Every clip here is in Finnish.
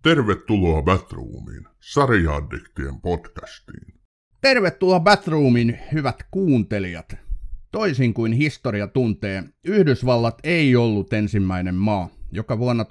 Tervetuloa Batroomiin, sarja-addiktien podcastiin. Tervetuloa Batroomiin, hyvät kuuntelijat. Toisin kuin historia tuntee, Yhdysvallat ei ollut ensimmäinen maa, joka vuonna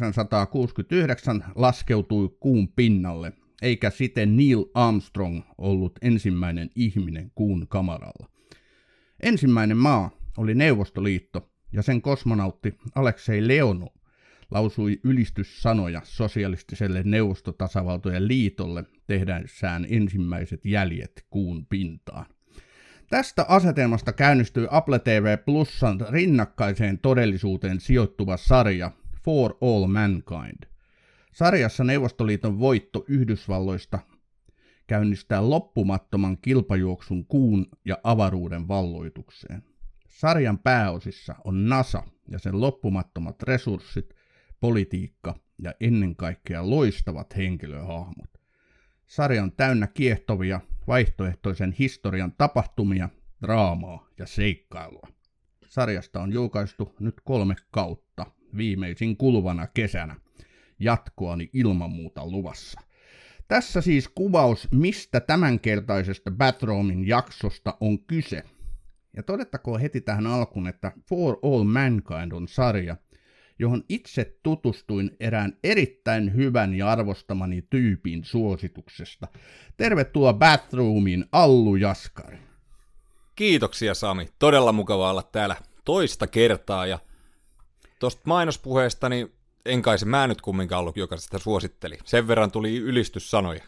1969 laskeutui kuun pinnalle, eikä siten Neil Armstrong ollut ensimmäinen ihminen kuun kamaralla. Ensimmäinen maa oli Neuvostoliitto, ja sen kosmonautti Aleksei Leonov lausui ylistyssanoja sosialistiselle neuvostotasavaltojen liitolle tehdessään ensimmäiset jäljet kuun pintaan. Tästä asetelmasta käynnistyi Apple TV Plusan rinnakkaiseen todellisuuteen sijoittuva sarja For All Mankind. Sarjassa Neuvostoliiton voitto Yhdysvalloista käynnistää loppumattoman kilpajuoksun kuun ja avaruuden valloitukseen. Sarjan pääosissa on NASA ja sen loppumattomat resurssit, politiikka ja ennen kaikkea loistavat henkilöhahmot. Sarja on täynnä kiehtovia, vaihtoehtoisen historian tapahtumia, draamaa ja seikkailua. Sarjasta on julkaistu nyt 3 kautta, viimeisin kuluvana kesänä. Jatkoani ilman muuta luvassa. Tässä siis kuvaus, mistä tämänkertaisesta Batroomin jaksosta on kyse. Ja todettakoon heti tähän alkuun, että For All Mankind on sarja, johon itse tutustuin erään erittäin hyvän ja arvostamani tyypin suosituksesta. Tervetuloa Batroomiin, Allu Jaskari. Kiitoksia Sami, todella mukava olla täällä toista kertaa, ja tuosta mainospuheesta, niin en kai se mä nyt kumminkaan ollut, joka sitä suositteli. Sen verran tuli ylistyssanoja.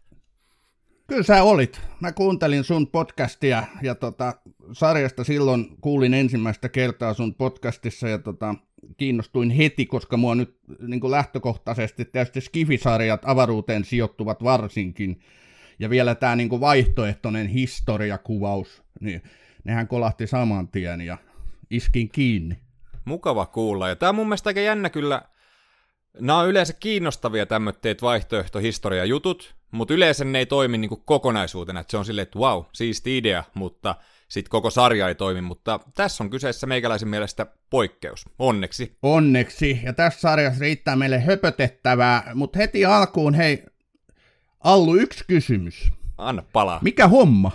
Kyllä sä olit. Mä kuuntelin sun podcastia ja sarjasta silloin kuulin ensimmäistä kertaa sun podcastissa ja kiinnostuin heti, koska mua nyt niin lähtökohtaisesti tietysti skifisarjat avaruuteen sijoittuvat varsinkin. Ja vielä tää niin vaihtoehtoinen historiakuvaus, niin nehän kolahti saman tien ja iskin kiinni. Mukava kuulla. Ja tää on mun mielestä aika jännä kyllä. Nämä on yleensä kiinnostavia tämmöitteet vaihtoehtohistoriajutut, mutta yleensä ne ei toimi niin kuin kokonaisuutena, että se on silleen, että wow, siisti idea, mutta sitten koko sarja ei toimi, mutta tässä on kyseessä meikäläisen mielestä poikkeus, onneksi. Onneksi, ja tässä sarjassa riittää meille höpötettävää, mutta heti alkuun, hei, Allu, yksi kysymys. Anna palaa. Mikä homma?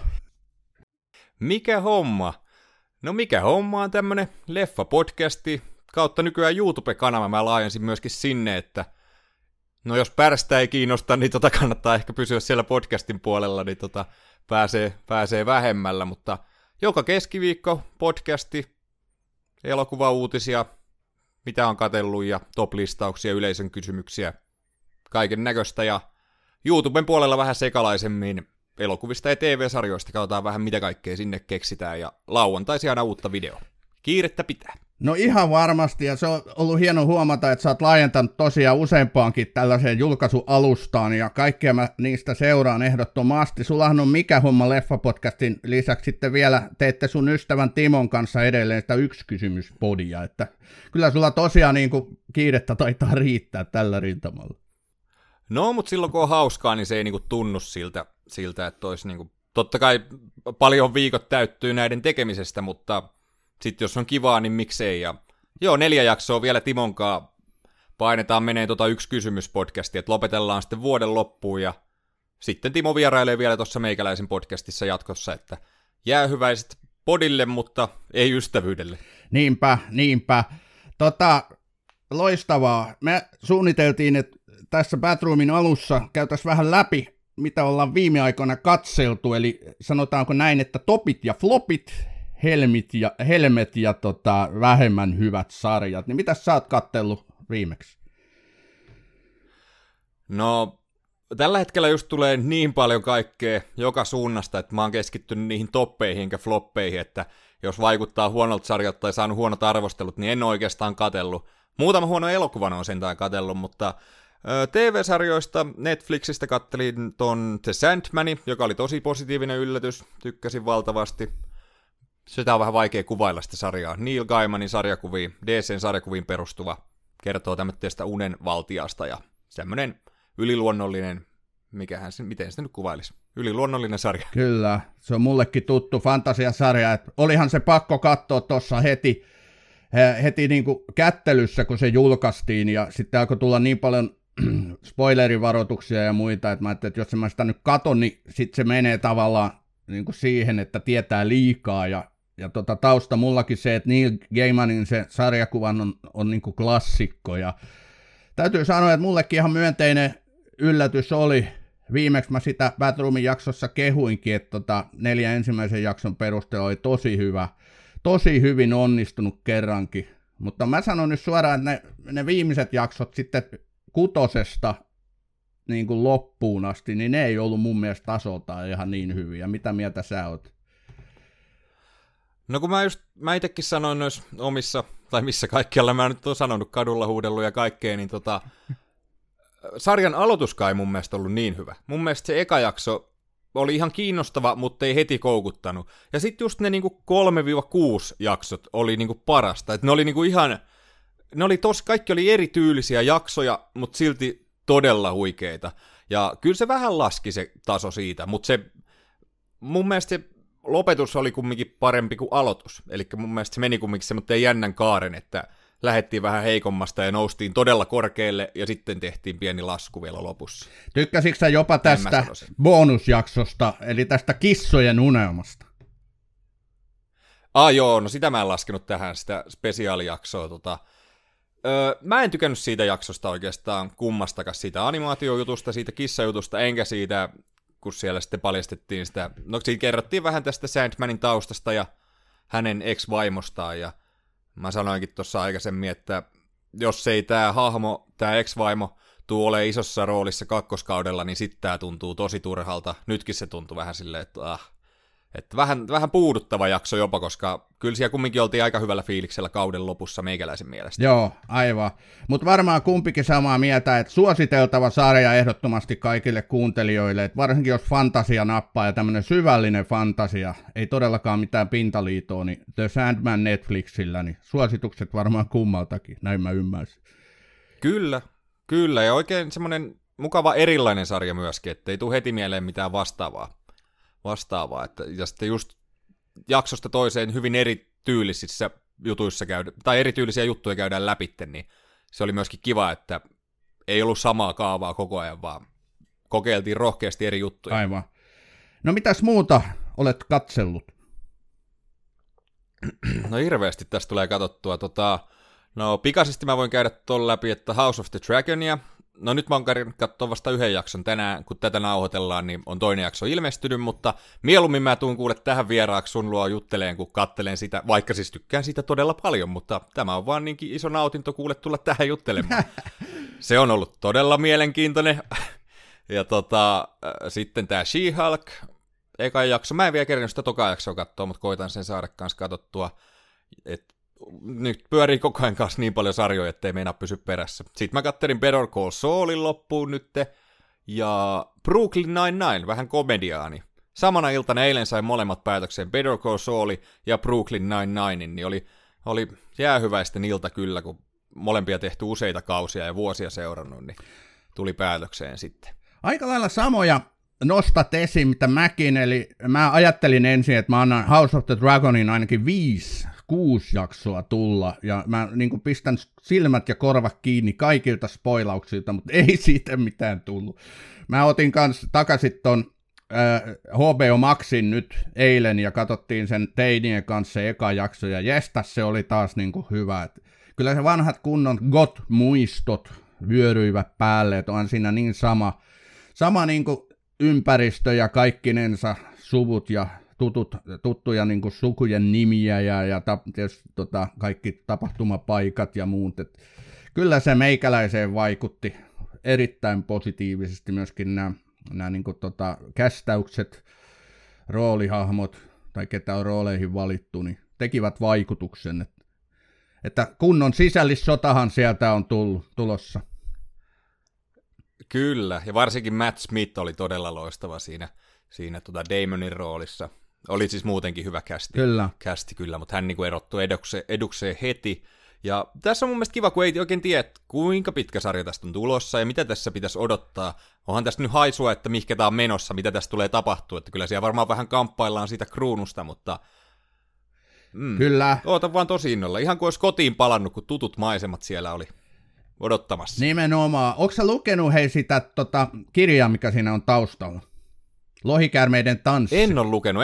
Mikä homma? No mikä homma on tämmönen leffa-podcasti, kautta nykyään YouTube-kanava, mä laajensin myöskin sinne, että no jos pärstä ei kiinnosta, niin kannattaa ehkä pysyä siellä podcastin puolella, niin pääsee vähemmällä, mutta joka keskiviikko podcasti, elokuvauutisia, mitä on katsellut ja top-listauksia, yleisön kysymyksiä, kaiken näköistä, ja YouTuben puolella vähän sekalaisemmin elokuvista ja TV-sarjoista, katsotaan vähän mitä kaikkea sinne keksitään, ja lauantaisi aina uutta videoa. Kiirettä pitää. No ihan varmasti, ja se on ollut hieno huomata, että sä oot laajentanut tosiaan useampaankin tällaiseen julkaisualustaan, ja kaikkea mä niistä seuraan ehdottomasti. Sullahan on Mikä homma -leffapodcastin lisäksi sitten vielä teette sun ystävän Timon kanssa edelleen sitä yksi kysymyspodia, että kyllä sulla tosiaan niin kuin kiirettä taitaa riittää tällä rintamalla. No, mutta silloin kun on hauskaa, niin se ei niin kuin tunnu siltä, että olisi niin kuin, totta kai paljon viikot täyttyy näiden tekemisestä, mutta sitten jos on kivaa, niin miksei. Ja joo, 4 jaksoa vielä Timonkaan painetaan menee yksi kysymyspodcasti, että lopetellaan sitten vuoden loppuun, ja sitten Timo vierailee vielä tuossa meikäläisen podcastissa jatkossa, että jäähyväiset podille, mutta ei ystävyydelle. Niinpä. Loistavaa. Me suunniteltiin, että tässä Batroomin alussa käytäisiin vähän läpi, mitä ollaan viime aikoina katseltu, eli sanotaanko näin, että topit ja flopit, helmet ja vähemmän hyvät sarjat. Niin mitä sä oot katsellut viimeksi? No, tällä hetkellä just tulee niin paljon kaikkea joka suunnasta, että mä oon keskittynyt niihin toppeihin enkä floppeihin, että jos vaikuttaa huonolta sarjalta tai saanut huonot arvostelut, niin en oikeastaan katsellut. Muutama huono elokuvan on sentään katsellut, mutta TV-sarjoista Netflixistä kattelin ton The Sandmanin, joka oli tosi positiivinen yllätys, tykkäsin valtavasti. Sitä on vähän vaikea kuvailla sitä sarjaa. Neil Gaimanin sarjakuviin, DCn sarjakuviin perustuva, kertoo tämmöistä unenvaltiasta ja semmoinen yliluonnollinen, miten sitä nyt kuvailisi, yliluonnollinen sarja. Kyllä, se on mullekin tuttu fantasiasarja, että olihan se pakko katsoa tuossa heti niin kuin kättelyssä, kun se julkaistiin, ja sitten alkoi tulla niin paljon spoilerivaroituksia ja muita, että mä ajattelin, että jos mä sitä nyt katon, niin sitten se menee tavallaan niin kuin siihen, että tietää liikaa, ja tausta mullakin se, että Neil Gaimanin se sarjakuvan on niin kuin klassikko, ja täytyy sanoa, että mullekin ihan myönteinen yllätys oli. Viimeksi mä sitä Batroomin jaksossa kehuinkin, että 4 ensimmäisen jakson perusteella oli tosi hyvä, tosi hyvin onnistunut kerrankin. Mutta mä sanon nyt suoraan, että ne viimeiset jaksot sitten 6 niin kuin loppuun asti, niin ne ei ollut mun mielestä tasoltaan ihan niin hyviä. Mitä mieltä sä oot? No kun mä itsekin sanoin noissa omissa, tai missä kaikkialla mä nyt oon sanonut, kadulla huudellut ja kaikkea, niin sarjan aloituskaan ei mun mielestä ollut niin hyvä. Mun mielestä se eka jakso oli ihan kiinnostava, mutta ei heti koukuttanut. Ja sitten just ne niinku 3-6 jaksot oli niinku parasta. Et ne oli niinku ihan, kaikki oli erityylisiä jaksoja, mutta silti todella huikeita. Ja kyllä se vähän laski se taso siitä, mutta mun mielestä se lopetus oli kumminkin parempi kuin aloitus. Eli mun mielestä se meni kumminkin semmoinen jännän kaaren, että lähdettiin vähän heikommasta ja noustiin todella korkealle ja sitten tehtiin pieni lasku vielä lopussa. Tykkäsitkö sä jopa tästä bonusjaksosta, eli tästä kissojen unelmasta? Joo, no sitä mä en laskenut tähän, sitä spesiaalijaksoa. Mä en tykännyt siitä jaksosta oikeastaan kummastakaan, siitä animaatiojutusta, siitä kissajutusta, enkä siitä, kun siellä sitten paljastettiin sitä, no siitä kerrottiin vähän tästä Sandmanin taustasta ja hänen ex-vaimostaan, ja mä sanoinkin tuossa aikaisemmin, että jos ei tää hahmo, tää ex-vaimo, tuu ole isossa roolissa kakkoskaudella, niin sitten tää tuntuu tosi turhalta. Nytkin se tuntuu vähän silleen, että vähän puuduttava jakso jopa, koska kyllä siellä kumminkin oltiin aika hyvällä fiiliksellä kauden lopussa meikäläisen mielestä. Joo, aivan. Mutta varmaan kumpikin samaa mieltä, että suositeltava sarja ehdottomasti kaikille kuuntelijoille, että varsinkin jos fantasia nappaa ja tämmöinen syvällinen fantasia, ei todellakaan mitään pintaliitoa, niin The Sandman Netflixillä, niin suositukset varmaan kummaltakin, näin mä ymmärsin. Kyllä, ja oikein semmoinen mukava erilainen sarja myöskin, ettei tule heti mieleen mitään vastaavaa. Ja sitten just jaksosta toiseen hyvin erityylisissä jutuissa erityylisiä juttuja käydään läpi, niin se oli myöskin kiva, että ei ollut samaa kaavaa koko ajan, vaan kokeiltiin rohkeasti eri juttuja. Aivan. No mitäs muuta olet katsellut? No hirveästi tästä tulee katsottua. No pikaisesti mä voin käydä tuon läpi, että House of the Dragonia. No nyt mä oon katsoa vasta 1 jakson tänään, kun tätä nauhoitellaan, niin on 2 jakso ilmestynyt, mutta mieluummin mä tuun kuule tähän vieraaksi sun luo jutteleen, kun kattelen sitä, vaikka siis tykkään siitä todella paljon, mutta tämä on vaan niinkin iso nautinto kuule tulla tähän juttelemaan. Se on ollut todella mielenkiintoinen. Ja sitten tää She-Hulk, eka jakso, mä en vielä kerännyt sitä tokaa jaksoa katsoa, mutta koitan sen saada kanssa katsottua, että nyt pyörii koko ajan kanssa niin paljon sarjoja, ettei meinaa pysy perässä. Sitten mä kattelin Better Call Saulin loppuun nyt, ja Brooklyn Nine-Nine, vähän komediaani. Samana iltana eilen sain molemmat päätökseen, Better Call Saul ja Brooklyn Nine-Nine, niin oli jäähyväisten ilta kyllä, kun molempia tehty useita kausia ja vuosia seurannut, niin tuli päätökseen sitten. Aika lailla samoja nostat esiin, mitä mäkin, eli mä ajattelin ensin, että mä annan House of the Dragonin ainakin 5-6 jaksoa tulla, ja mä niin kuin pistän silmät ja korvat kiinni kaikilta spoilauksilta, mutta ei siitä mitään tullut. Mä otin kanssa takaisin ton HBO Maxin nyt eilen, ja katsottiin sen teinien kanssa se eka jakso, ja jestas se oli taas niin kuin hyvä. Et kyllä se vanhat kunnon GOT-muistot vyöryivät päälle, että on siinä niin sama niin kuin ympäristö ja kaikkinensa suvut ja tuttuja niin kuin sukujen nimiä ja kaikki tapahtumapaikat ja muut. Et kyllä se meikäläiseen vaikutti erittäin positiivisesti myöskin nämä niin kuin kästäykset, roolihahmot tai ketä on rooleihin valittu, niin tekivät vaikutuksen. Että kunnon sisällissotahan sieltä on tulossa. Kyllä, ja varsinkin Matt Smith oli todella loistava siinä Damonin roolissa. Oli siis muutenkin hyvä kästi kyllä, mutta hän niin erottui edukseen heti. Ja tässä on mun mielestä kiva, kun ei oikein tiedä, kuinka pitkä sarja tästä on tulossa ja mitä tässä pitäisi odottaa. Onhan tästä nyt haisua, että mihinkä tämä on menossa, mitä tästä tulee tapahtua. Että kyllä siellä varmaan vähän kamppaillaan siitä kruunusta, mutta kyllä. Ootan vaan tosi innolla. Ihan kuin olisi kotiin palannut, kun tutut maisemat siellä oli. odottamassa. Nimenomaan. Onko sä lukenut sitä kirjaa, mikä siinä on taustalla? Lohikäärmeiden tanssi. En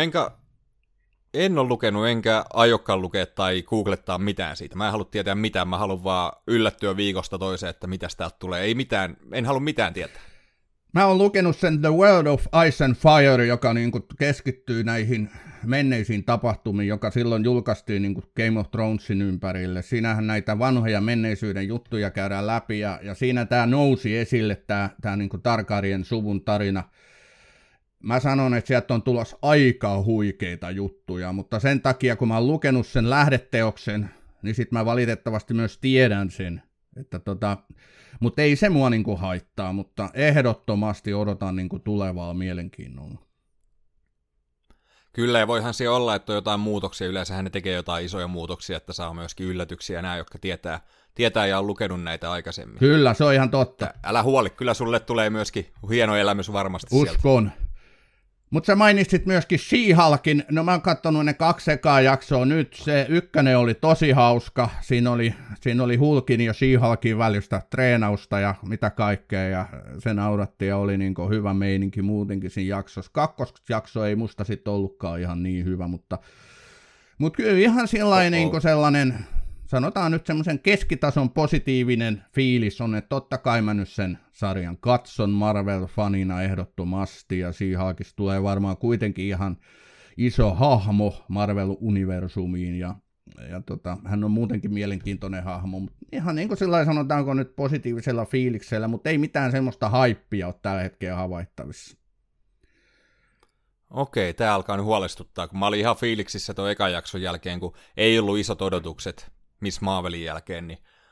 ole lukenut, enkä aiokkaan lukea tai googlettaa mitään siitä. Mä en halua tietää mitään, mä haluan vaan yllättyä viikosta toiseen, että mitä täältä tulee. Ei mitään, en halua mitään tietää. Mä oon lukenut sen The World of Ice and Fire, joka niinku keskittyy näihin menneisiin tapahtumiin, joka silloin julkaistiin niinku Game of Thronesin ympärille. Siinähän näitä vanhoja menneisyyden juttuja käydään läpi, ja siinä tää nousi esille, tää niinku Targaryen suvun tarina. Mä sanon, että sieltä on tulossa aika huikeita juttuja, mutta sen takia, kun mä oon lukenut sen lähdeteoksen, niin sit mä valitettavasti myös tiedän sen, että mutta ei se mua niinku haittaa, mutta ehdottomasti odotan niinku tulevaa mielenkiinnolla. Kyllä, ja voihan se olla, että on jotain muutoksia. Yleensähän ne tekee jotain isoja muutoksia, että saa myöskin yllätyksiä nämä, jotka tietää ja on lukenut näitä aikaisemmin. Kyllä, se on ihan totta. Älä huoli, kyllä sulle tulee myöskin hieno elämys varmasti Uskon. sieltä. Mutta sä mainitsit myöskin She-Hulkin. No mä oon katsonut ne 2 ekaa jaksoa nyt. Se 1 oli tosi hauska. Siinä oli Hulkin ja She-Hulkin välistä treenausta ja mitä kaikkea. Ja se nauratti ja oli niinku hyvä meininki muutenkin siinä jaksossa. 2. jakso ei musta sitten ollutkaan ihan niin hyvä, mutta kyllä ihan niinku sellainen, sanotaan nyt semmoisen keskitason positiivinen fiilis on, että totta kai mä nyt sen sarjan katson Marvel-fanina ehdottomasti, ja She-Hulkista tulee varmaan kuitenkin ihan iso hahmo Marvel-universumiin, ja hän on muutenkin mielenkiintoinen hahmo, mutta ihan niin kuin sillä sanotaanko nyt positiivisella fiiliksellä, mutta ei mitään semmoista haippia ole tällä hetkellä havaittavissa. Okei, tää alkaa nyt huolestuttaa, kun mä olin ihan fiiliksissä tuon ekan jakson jälkeen, kun ei ollut isot odotukset Miss Marvelin jälkeen,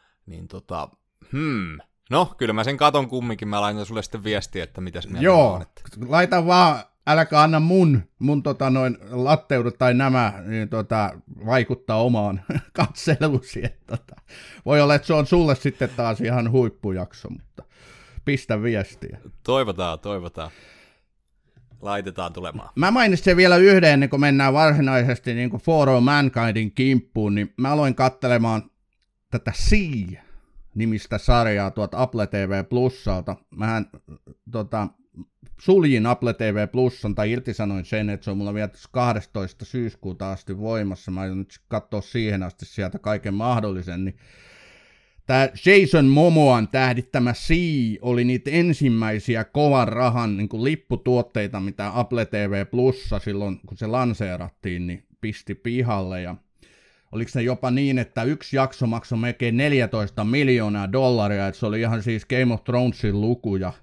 No, kyllä mä sen katon kumminkin, mä laitan sulle sitten viestiä, että mitäs mieltä on. Että... laita vaan, äläkä anna mun latteudut tai nämä niin vaikuttaa omaan katselusi. Voi olla, että se on sulle sitten taas ihan huippujakso, mutta pistä viestiä. Toivotaan. Laitetaan tulemaan. Mä mainitsin vielä yhden, ennen kuin mennään varsinaisesti niin kuin For All Mankindin kimppuun, niin mä aloin katselemaan tätä Sea-nimistä sarjaa tuolta Apple TV Plusalta. Mähän suljin Apple TV Plusan, tai irtisanoin sen, että se on mulla vielä 12. syyskuuta asti voimassa. Mä aion nyt katsoa siihen asti sieltä kaiken mahdollisen, niin tämä Jason Momoan tähdittämä Sea oli niitä ensimmäisiä kovan rahan niin kuin lipputuotteita, mitä Apple TV Plussa silloin, kun se lanseerattiin, niin pisti pihalle. Ja oliko se jopa niin, että 1 jakso maksoi melkein $14 miljoonaa, että se oli ihan siis Game of Thronesin lukuja.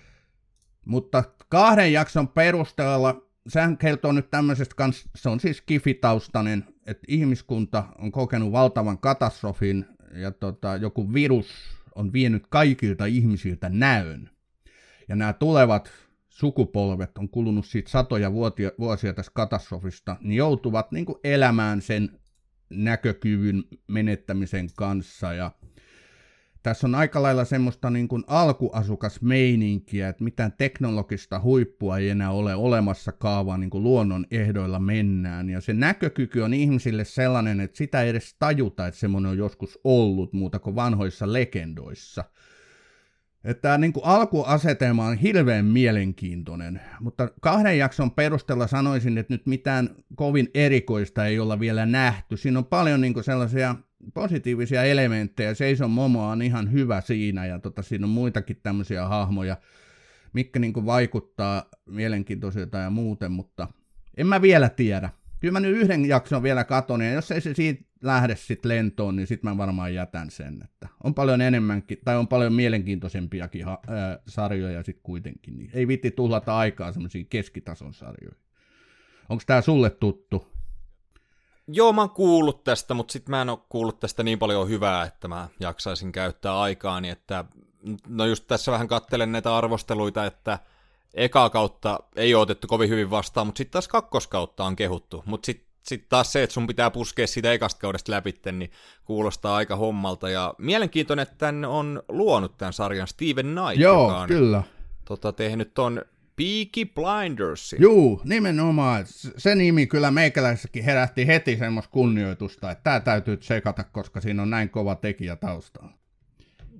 Mutta 2 jakson perusteella, sehän kertoo nyt tämmöisestä kanssa, se on siis skifitaustainen, että ihmiskunta on kokenut valtavan katastrofin, ja joku virus on vienyt kaikilta ihmisiltä näön. Ja nämä tulevat sukupolvet on kulunut siitä satoja vuosia tästä katastrofista, niin joutuvat niin kuin elämään sen näkökyvyn menettämisen kanssa. Ja tässä on aika lailla semmoista niin kuin alkuasukasmeininkiä, että mitään teknologista huippua ei enää ole olemassakaan, vaan niin kuin luonnon ehdoilla mennään. Ja se näkökyky on ihmisille sellainen, että sitä ei edes tajuta, että semmoinen on joskus ollut muuta kuin vanhoissa legendoissa. Että tämä niin kuin alkuasetelma on hirveän mielenkiintoinen, mutta 2 jakson perusteella sanoisin, että nyt mitään kovin erikoista ei olla vielä nähty. Siinä on paljon niin kuin sellaisia positiivisia elementtejä. Jason Momoa on ihan hyvä siinä, ja siinä on muitakin tämmöisiä hahmoja, mitkä niin kuin vaikuttaa mielenkiintoisilta ja muuten, mutta en mä vielä tiedä. Kyllä mä nyt 1 jakson vielä katon, ja jos ei se siitä lähde sitten lentoon, niin sitten mä varmaan jätän sen. Että on paljon enemmänkin, tai on paljon mielenkiintoisempiakin sarjoja sitten kuitenkin. Niin ei viitti tuhlata aikaa semmoisiin keskitason sarjoihin. Onko tää sulle tuttu? Joo, mä oon kuullut tästä, mutta sitten mä en ole kuullut tästä niin paljon hyvää, että mä jaksaisin käyttää aikaani, että no just tässä vähän katselen näitä arvosteluita, että ekaa kautta ei ole otettu kovin hyvin vastaan, mutta sitten taas 2. kautta on kehuttu, mutta sitten taas se, että sun pitää puskea siitä ekasta kaudesta läpi, niin kuulostaa aika hommalta, ja mielenkiintoinen, että tän on luonut tämän sarjan Steven Knight, joo, joka on kyllä. Tehnyt ton Peaky Blindersin. Juu, nimenomaan. Se nimi kyllä meikäläisessäkin herätti heti semmoista kunnioitusta, että tää täytyy tsekata, koska siinä on näin kova tekijä taustalla.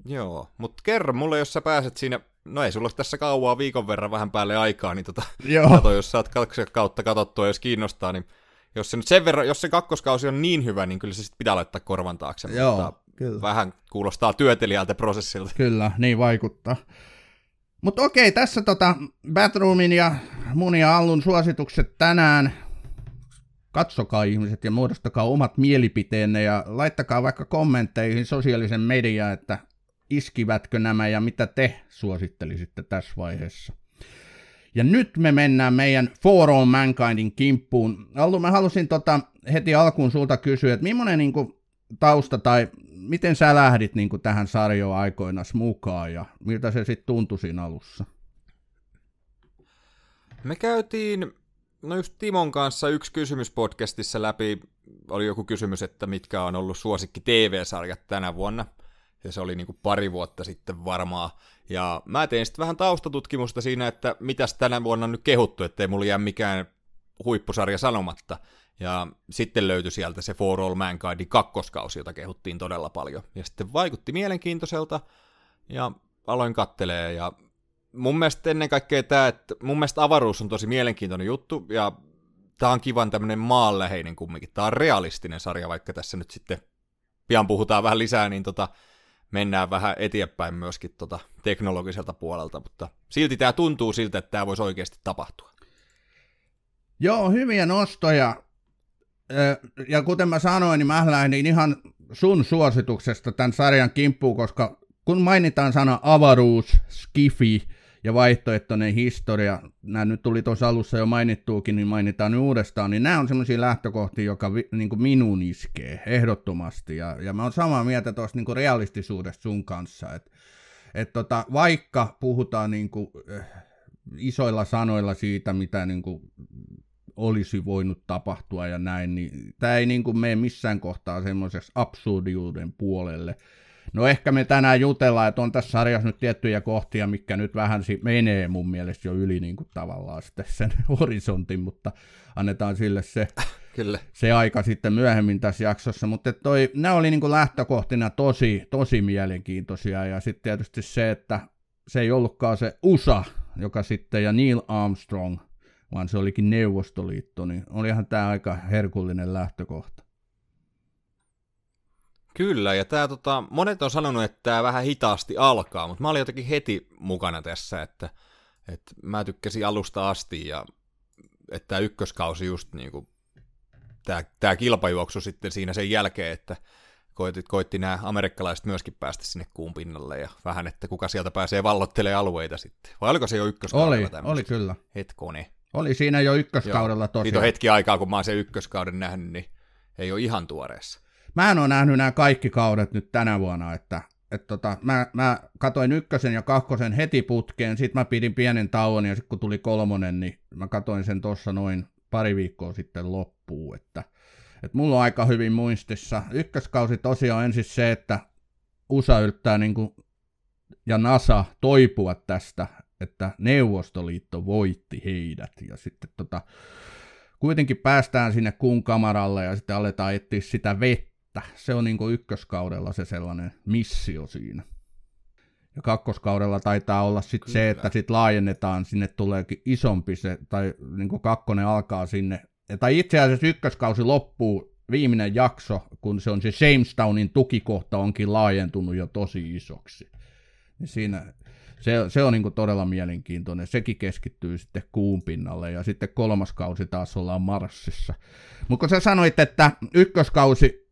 Joo, mutta kerro mulle, jos sä pääset siinä, no ei sulla ole tässä kauaa viikon verran vähän päälle aikaa, niin kato, jos saat 2 kautta katsottua, jos kiinnostaa, niin jos se nyt sen verran, jos se kakkoskausi on niin hyvä, niin kyllä se sitten pitää laittaa korvan taakse, Joo, mutta kyllä. Vähän kuulostaa työtelijältä prosessilta. Kyllä, niin vaikuttaa. Mutta okei, tässä Batroomin ja mun ja Allun suositukset tänään. Katsokaa ihmiset ja muodostakaa omat mielipiteenne ja laittakaa vaikka kommentteihin sosiaalisen mediaan, että iskivätkö nämä ja mitä te suosittelisitte tässä vaiheessa. Ja nyt me mennään meidän For All Mankindin kimppuun. Allu, mä halusin heti alkuun sulta kysyä, että millainen tausta tai miten sä lähdit tähän sarjoon aikoinaan mukaan ja miltä se sitten tuntui siinä alussa? Me käytiin, just Timon kanssa yksi kysymys podcastissa läpi, oli joku kysymys, että mitkä on ollut suosikki TV-sarjat tänä vuonna, ja se oli pari vuotta sitten varmaan, ja mä tein sitten vähän taustatutkimusta siinä, että mitäs tänä vuonna on nyt kehuttu, ettei mulla jää mikään huippusarja sanomatta, ja sitten löytyi sieltä se For All Mankindin kakkoskausi, jota kehuttiin todella paljon, ja sitten vaikutti mielenkiintoiselta, ja aloin kattelee, ja mun mielestä ennen kaikkea tämä, että mun mielestä avaruus on tosi mielenkiintoinen juttu, ja tämä on kivan tämmöinen maanläheinen kumminkin. Tämä on realistinen sarja, vaikka tässä nyt sitten pian puhutaan vähän lisää, niin mennään vähän eteenpäin myöskin teknologiselta puolelta, mutta silti tämä tuntuu siltä, että tämä voisi oikeasti tapahtua. Joo, hyviä nostoja. Ja kuten mä sanoin, niin mä lähdin ihan sun suosituksesta tämän sarjan kimppuun, koska kun mainitaan sana avaruus, skifi ja vaihtoehtoinen historia, nämä nyt tuli tuossa alussa jo mainittuukin, niin mainitaan nyt uudestaan, niin nämä on semmoisia lähtökohtia, joka minuun iskee ehdottomasti, ja mä oon samaa mieltä tuossa realistisuudesta sun kanssa, että vaikka puhutaan isoilla sanoilla siitä, mitä olisi voinut tapahtua ja näin, niin tämä ei mene missään kohtaa semmoisessa absurdiuden puolelle. No ehkä me tänään jutellaan, että on tässä sarjassa nyt tiettyjä kohtia, mikä nyt vähän menee mun mielestä jo yli tavallaan sitten sen horisontin, mutta annetaan sille se aika sitten myöhemmin tässä jaksossa. Mutta nämä oli lähtökohtina tosi mielenkiintoisia, ja sitten tietysti se, että se ei ollutkaan se USA, joka sitten ja Neil Armstrong, vaan se olikin Neuvostoliitto, niin olihan tämä aika herkullinen lähtökohta. Kyllä, ja tämä, monet on sanonut, että tämä vähän hitaasti alkaa, mutta mä olin jotenkin heti mukana tässä, että mä tykkäsin alusta asti, ja että tämä ykköskausi just tämä kilpajuoksu sitten siinä sen jälkeen, että koitti nämä amerikkalaiset myöskin päästä sinne kuun pinnalle, ja vähän, että kuka sieltä pääsee vallottelemaan alueita sitten. Vai oliko se jo ykköskaudella tämmöistä? Oli kyllä. Hetkone. Oli siinä jo ykköskaudella tosiaan. Siitä on hetki aikaa, kun mä oon sen ykköskauden nähnyt, niin ei ole ihan tuoreessa. Mä en ole nähnyt nämä kaikki kaudet nyt tänä vuonna, että mä katoin ykkösen ja kakkosen heti putkeen, sit mä pidin pienen tauon, ja sitten kun tuli kolmonen, niin mä katoin sen tuossa noin pari viikkoa sitten loppuun, että mulla on aika hyvin muistissa. Ykköskausi tosiaan ensin se, että USA yrittää ja NASA toipua tästä, että Neuvostoliitto voitti heidät, ja sitten kuitenkin päästään sinne kuun kamaralle, ja sitten aletaan etsiä sitä vettä. Se on ykköskaudella se sellainen missio siinä. Ja kakkoskaudella taitaa olla sitten se, että sitten laajennetaan, sinne tuleekin isompi se, tai kakkonen alkaa sinne. Tai itse asiassa ykköskausi loppuu, viimeinen jakso, kun se on se Jamestownin tukikohta onkin laajentunut jo tosi isoksi. Ja siinä se on todella mielenkiintoinen. Sekin keskittyy sitten kuun pinnalle, ja sitten kolmas kausi taas ollaan Marsissa. Mutta kun sä sanoit, että ykköskausi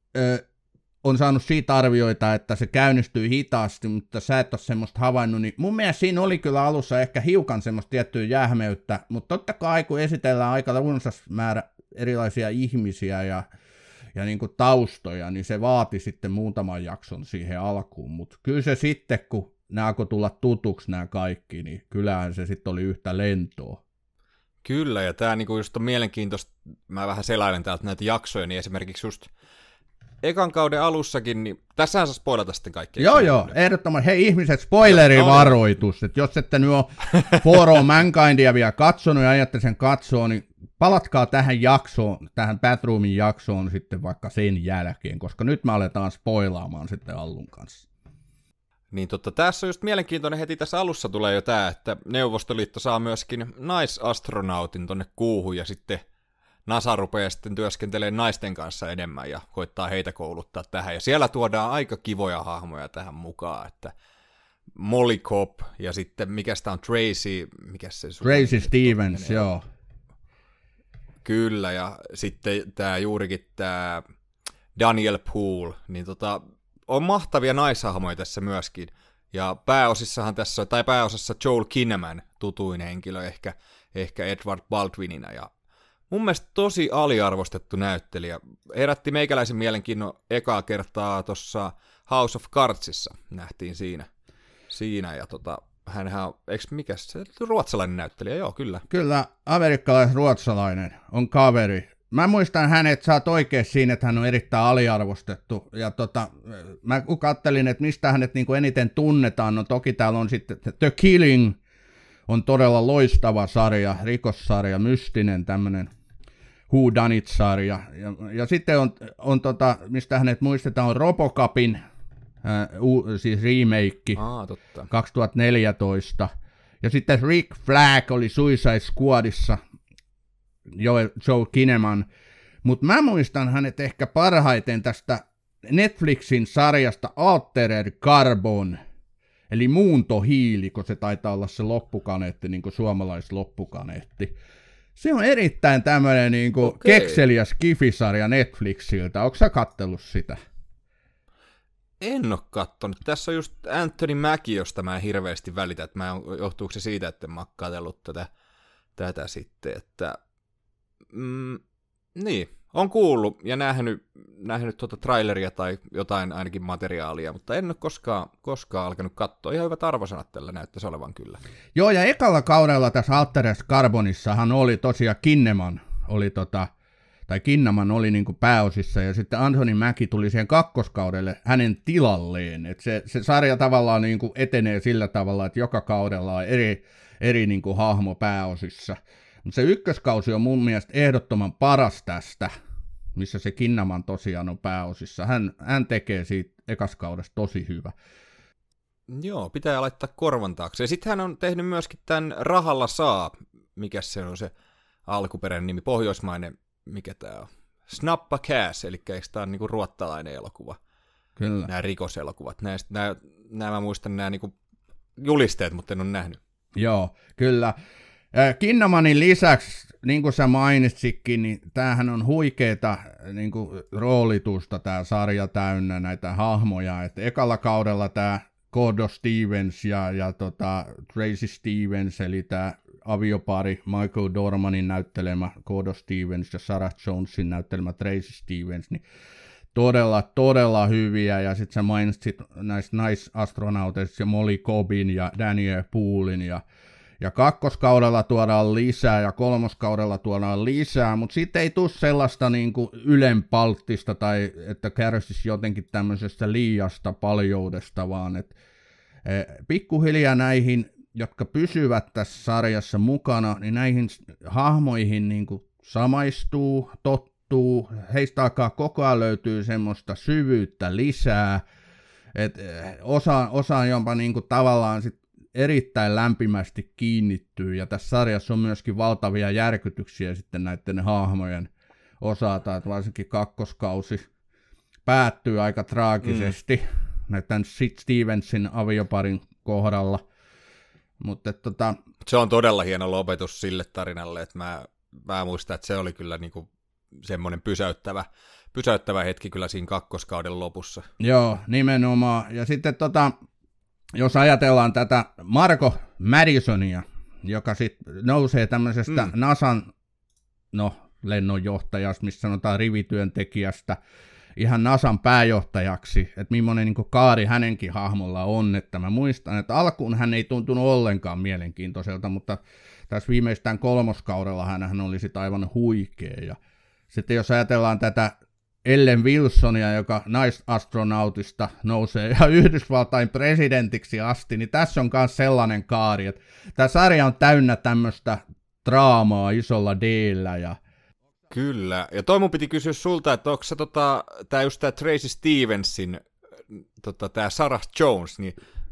on saanut siitä arvioita, että se käynnistyy hitaasti, mutta sä et ole semmoista havainnut, niin mun mielestä siinä oli kyllä alussa ehkä hiukan semmoista tiettyä jähmeyttä, mutta totta kai kun esitellään aika runsas määrä erilaisia ihmisiä ja taustoja, niin se vaati sitten muutaman jakson siihen alkuun, mutta kyllä se sitten, kun nämä alkoi tulla tutuksi nämä kaikki, niin kyllähän se sitten oli yhtä lentoa. Kyllä, ja tämä just on mielenkiintoista, mä vähän selailen täältä näitä jaksoja, niin esimerkiksi just ekan kauden alussakin, niin tässähän saa spoilata sitten kaikkea. Joo, ehdottomasti. Hei ihmiset, spoilerivaroitus, että jos ette nyt ole For All Mankindia vielä katsonut ja ajatte sen katsoa, niin palatkaa tähän jaksoon, tähän Batroomin jaksoon sitten vaikka sen jälkeen, koska nyt me aletaan spoilaamaan sitten Allun kanssa. Niin tässä on just mielenkiintoinen heti tässä alussa tulee jo tämä, että Neuvostoliitto saa myöskin naisastronautin tonne kuuhun ja sitten NASA rupeaa sitten työskentelemään naisten kanssa enemmän ja koittaa heitä kouluttaa tähän. Ja siellä tuodaan aika kivoja hahmoja tähän mukaan, että Molly Cobb ja sitten mikä sitä on Tracy, Tracy Stevens, joo. Kyllä, ja sitten tämä juurikin tämä Daniel Poole, niin on mahtavia naishahmoja tässä myöskin. Ja pääosissahan tässä, tai pääosassa Joel Kinnaman, tutuin henkilö ehkä Edward Baldwinina, ja mun mielestä tosi aliarvostettu näyttelijä. Herätti meikäläisen mielenkiinnon ekaa kertaa tuossa House of Cardsissa, nähtiin siinä ja hänhän on, eikö mikä se, ruotsalainen näyttelijä, joo, kyllä. Kyllä, amerikkalais-ruotsalainen on kaveri. Mä muistan hänet, sä oot oikein siinä, että hän on erittäin aliarvostettu. Ja mä kattelin, että mistä hänet niin kuin eniten tunnetaan. No toki täällä on sitten The Killing, on todella loistava sarja, rikossarja, mystinen tämmönen Who Done It-sarja. Ja sitten on mistä hänet muistetaan, on Robocopin, siis remake, totta. 2014. Ja sitten Rick Flag oli Suicide Squadissa, Joel Kinnaman. Mutta mä muistan hänet ehkä parhaiten tästä Netflixin sarjasta Altered Carbon, eli muuntohiili, kun se taitaa olla se loppukaneetti, niin kuin suomalaisloppukaneetti. Se on erittäin tämmöinen niin kuin kekseliä skifisarja Netflixiltä. Ootko sä kattellut sitä? En ole kattonut. Tässä on just Anthony Mackie, josta mä en hirveästi välitä. Että johtuuko se siitä, että en mä ole katsellut tätä sitten. Että, niin, on kuullut ja nähnyt traileria tai jotain ainakin materiaalia, mutta en ole koskaan alkanut katsoa. Ihan hyvät arvosanat tällä näyttäisi olevan kyllä. Joo, ja ekalla kaudella tässä Altered Carbonissahan oli tosiaan Kinnaman oli niin kuin pääosissa, ja sitten Anthony Mackie tuli siihen kakkoskaudelle hänen tilalleen. Et se sarja tavallaan niin kuin etenee sillä tavalla, että joka kaudella on eri niin kuin hahmo pääosissa. Mutta se ykköskausi on mun mielestä ehdottoman paras tästä, missä se Kinnaman tosiaan on pääosissa. Hän tekee siitä ekaskaudesta tosi hyvä. Joo, pitää laittaa korvan taakse. Ja sitten hän on tehnyt myöskin tämän Rahalla saa, mikä se on se alkuperäinen nimi, pohjoismainen, mikä tämä on? Snappa Cash, eli eikö tämä ole niinku ruottalainen elokuva? Kyllä. Nämä rikoselokuvat. Nämä mä muistan nämä niinku julisteet, mutta en ole nähnyt. Joo, kyllä. Kinnamanin lisäksi, niin kuin sä mainitsitkin, niin tämähän on huikeeta niin kuin roolitusta, tämä sarja täynnä näitä hahmoja. Et ekalla kaudella tämä Gordo Stevens ja Tracy Stevens, eli tämä aviopari Michael Dormanin näyttelemä Gordo Stevens ja Sarah Jonesin näyttelemä Tracy Stevens, niin todella hyviä, ja sitten sä mainitsit näistä naisastronauteista Molly Cobbin ja Daniel Poolein, ja kakkoskaudella tuodaan lisää, ja kolmoskaudella tuodaan lisää, mutta sitten ei tule sellaista niinku ylenpalttista, tai että kärsisi jotenkin tämmöisestä liiasta paljoudesta, vaan että pikkuhiljaa näihin, jotka pysyvät tässä sarjassa mukana, niin näihin hahmoihin niinku samaistuu, tottuu, heistä alkaa koko ajan löytyy semmoista syvyyttä lisää, että osa jopa niinku tavallaan sit erittäin lämpimästi kiinnittyy, ja tässä sarjassa on myöskin valtavia järkytyksiä sitten näiden hahmojen osalta, että varsinkin kakkoskausi päättyy aika traagisesti näiden Stevensin avioparin kohdalla. Mutta se on todella hieno lopetus sille tarinalle, että mä muistan, että se oli kyllä niinku semmoinen pysäyttävä hetki kyllä siinä kakkoskauden lopussa. Joo, nimenomaan. Ja sitten jos ajatellaan tätä Marco Madisonia, joka sitten nousee tämmöisestä NASAn lennonjohtajasta, missä sanotaan rivityöntekijästä, ihan NASAn pääjohtajaksi, että millainen niin kaari hänenkin hahmolla on, että mä muistan, että alkuun hän ei tuntunut ollenkaan mielenkiintoiselta, mutta tässä viimeistään kolmoskaudella hän oli sitten aivan huikea. Ja sitten jos ajatellaan tätä Ellen Wilsonia, joka naisastronautista nousee ja Yhdysvaltain presidentiksi asti, niin tässä on myös sellainen kaari, että tämä sarja on täynnä tämmöistä draamaa isolla D-llä. Ja kyllä, ja toi mun piti kysyä sulta, että onko se tämä Tracy Stevensin, tämä Sarah Jones, niin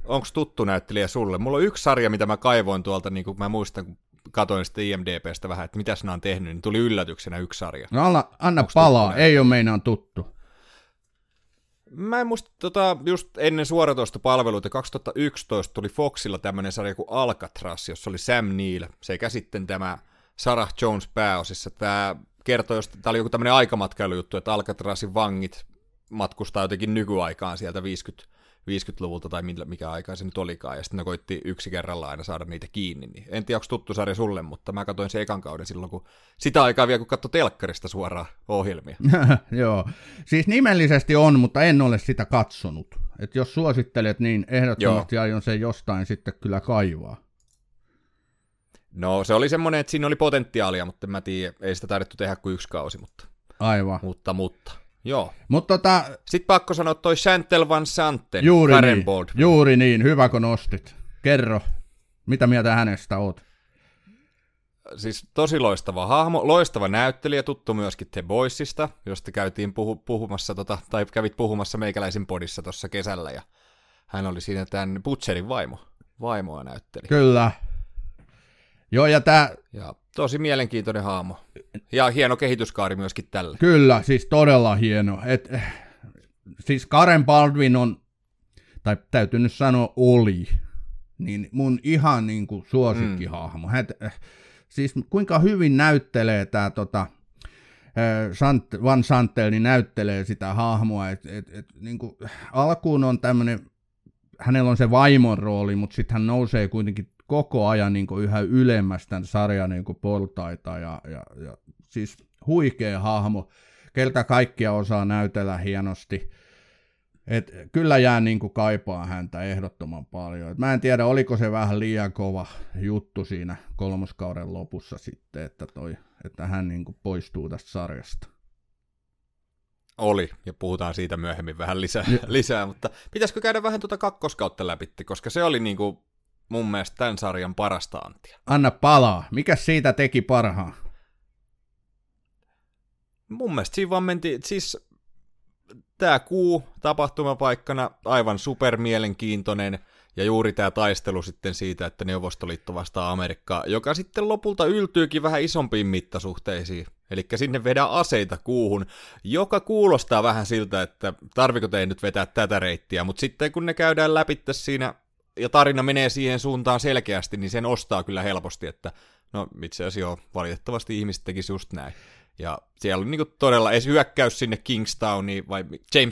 onko tuttu näyttelijä sulle? Mulla on yksi sarja, mitä mä kaivoin tuolta, niin kuin mä muistan, kun katoin sitten IMDb:stä vähän, että mitäs nämä on tehnyt, niin tuli yllätyksenä yksi sarja. No anna palaa, ei ole meinaan tuttu. Mä en muista, just ennen suoratoistopalveluita 2011 tuli Foxilla tämmöinen sarja kuin Alcatraz, jossa oli Sam Neill sekä sitten tämä Sarah Jones pääosissa. Tämä kertoi, tämä oli joku tämmöinen aikamatkailujuttu, että Alcatrazin vangit matkustaa jotenkin nykyaikaan sieltä 50-luvulta tai mikä aikaa se nyt olikaan, ja sitten ne koitti yksi kerrallaan aina saada niitä kiinni. Niin en tiedä, onko tuttu sarja sulle, mutta mä katsoin sen ekan kauden silloin, kun sitä aikaa vielä, kun katsoi telkkarista suoraan ohjelmia. Joo, siis nimellisesti on, mutta en ole sitä katsonut. Et jos suosittelet, niin ehdottomasti aion sen jostain sitten kyllä kaivaa. No se oli semmoinen, että siinä oli potentiaalia, mutta en mä tiedä, ei sitä taidettu tehdä kuin yksi kausi, mutta... Aivan. Mutta... Joo. Mutta sitten pakko sanoa toi Chantal Van Santen, Karen Baldwin. Juuri niin, hyvä kun nostit. Kerro, mitä mieltä hänestä oot? Siis tosi loistava hahmo, loistava näyttelijä, tuttu myöskin The Boysista, josta käytiin puhumassa, tai kävit puhumassa meikäläisin podissa tuossa kesällä, ja hän oli siinä tämän Butcherin vaimoa näytteli. Kyllä. Joo, ja tosi mielenkiintoinen hahmo. Ja hieno kehityskaari myöskin tälle. Kyllä, siis todella hieno. Siis Karen Baldwin on, tai täytyy nyt sanoa oli, niin mun ihan niin kuin suosikkihahmo. Siis kuinka hyvin näyttelee tämä Van Santel, niin näyttelee sitä hahmoa. Niin kuin, alkuun on tämmöinen, hänellä on se vaimon rooli, mutta sitten hän nousee kuitenkin koko ajan niin kuin yhä ylemmäs tämän sarjan niin kuin portaita ja siis huikea hahmo, keltä kaikkia osaa näytellä hienosti. Et kyllä jää niin kuin kaipaa häntä ehdottoman paljon. Et mä en tiedä, oliko se vähän liian kova juttu siinä kolmoskauden lopussa sitten, että hän niin kuin poistuu tästä sarjasta. Oli, ja puhutaan siitä myöhemmin vähän lisää, mutta pitäisikö käydä vähän tuota kakkoskautta läpi, koska se oli niin kuin mun mielestä tämän sarjan parasta antia. Anna palaa. Mikäs siitä teki parhaan? Mun mielestä siinä vaan mentiin, siis tämä kuu tapahtumapaikkana aivan supermielenkiintoinen, ja juuri tämä taistelu sitten siitä, että Neuvostoliitto vastaa Amerikkaa, joka sitten lopulta yltyykin vähän isompiin mittasuhteisiin. Eli sinne vedään aseita kuuhun, joka kuulostaa vähän siltä, että tarviko teidän nyt vetää tätä reittiä, mutta sitten kun ne käydään läpi siinä, ja tarina menee siihen suuntaan selkeästi, niin sen ostaa kyllä helposti, että no itse asiassa joo, valitettavasti ihmiset tekisi just näin. Ja siellä on niinku todella edes hyökkäys sinne Kingstowniin, vai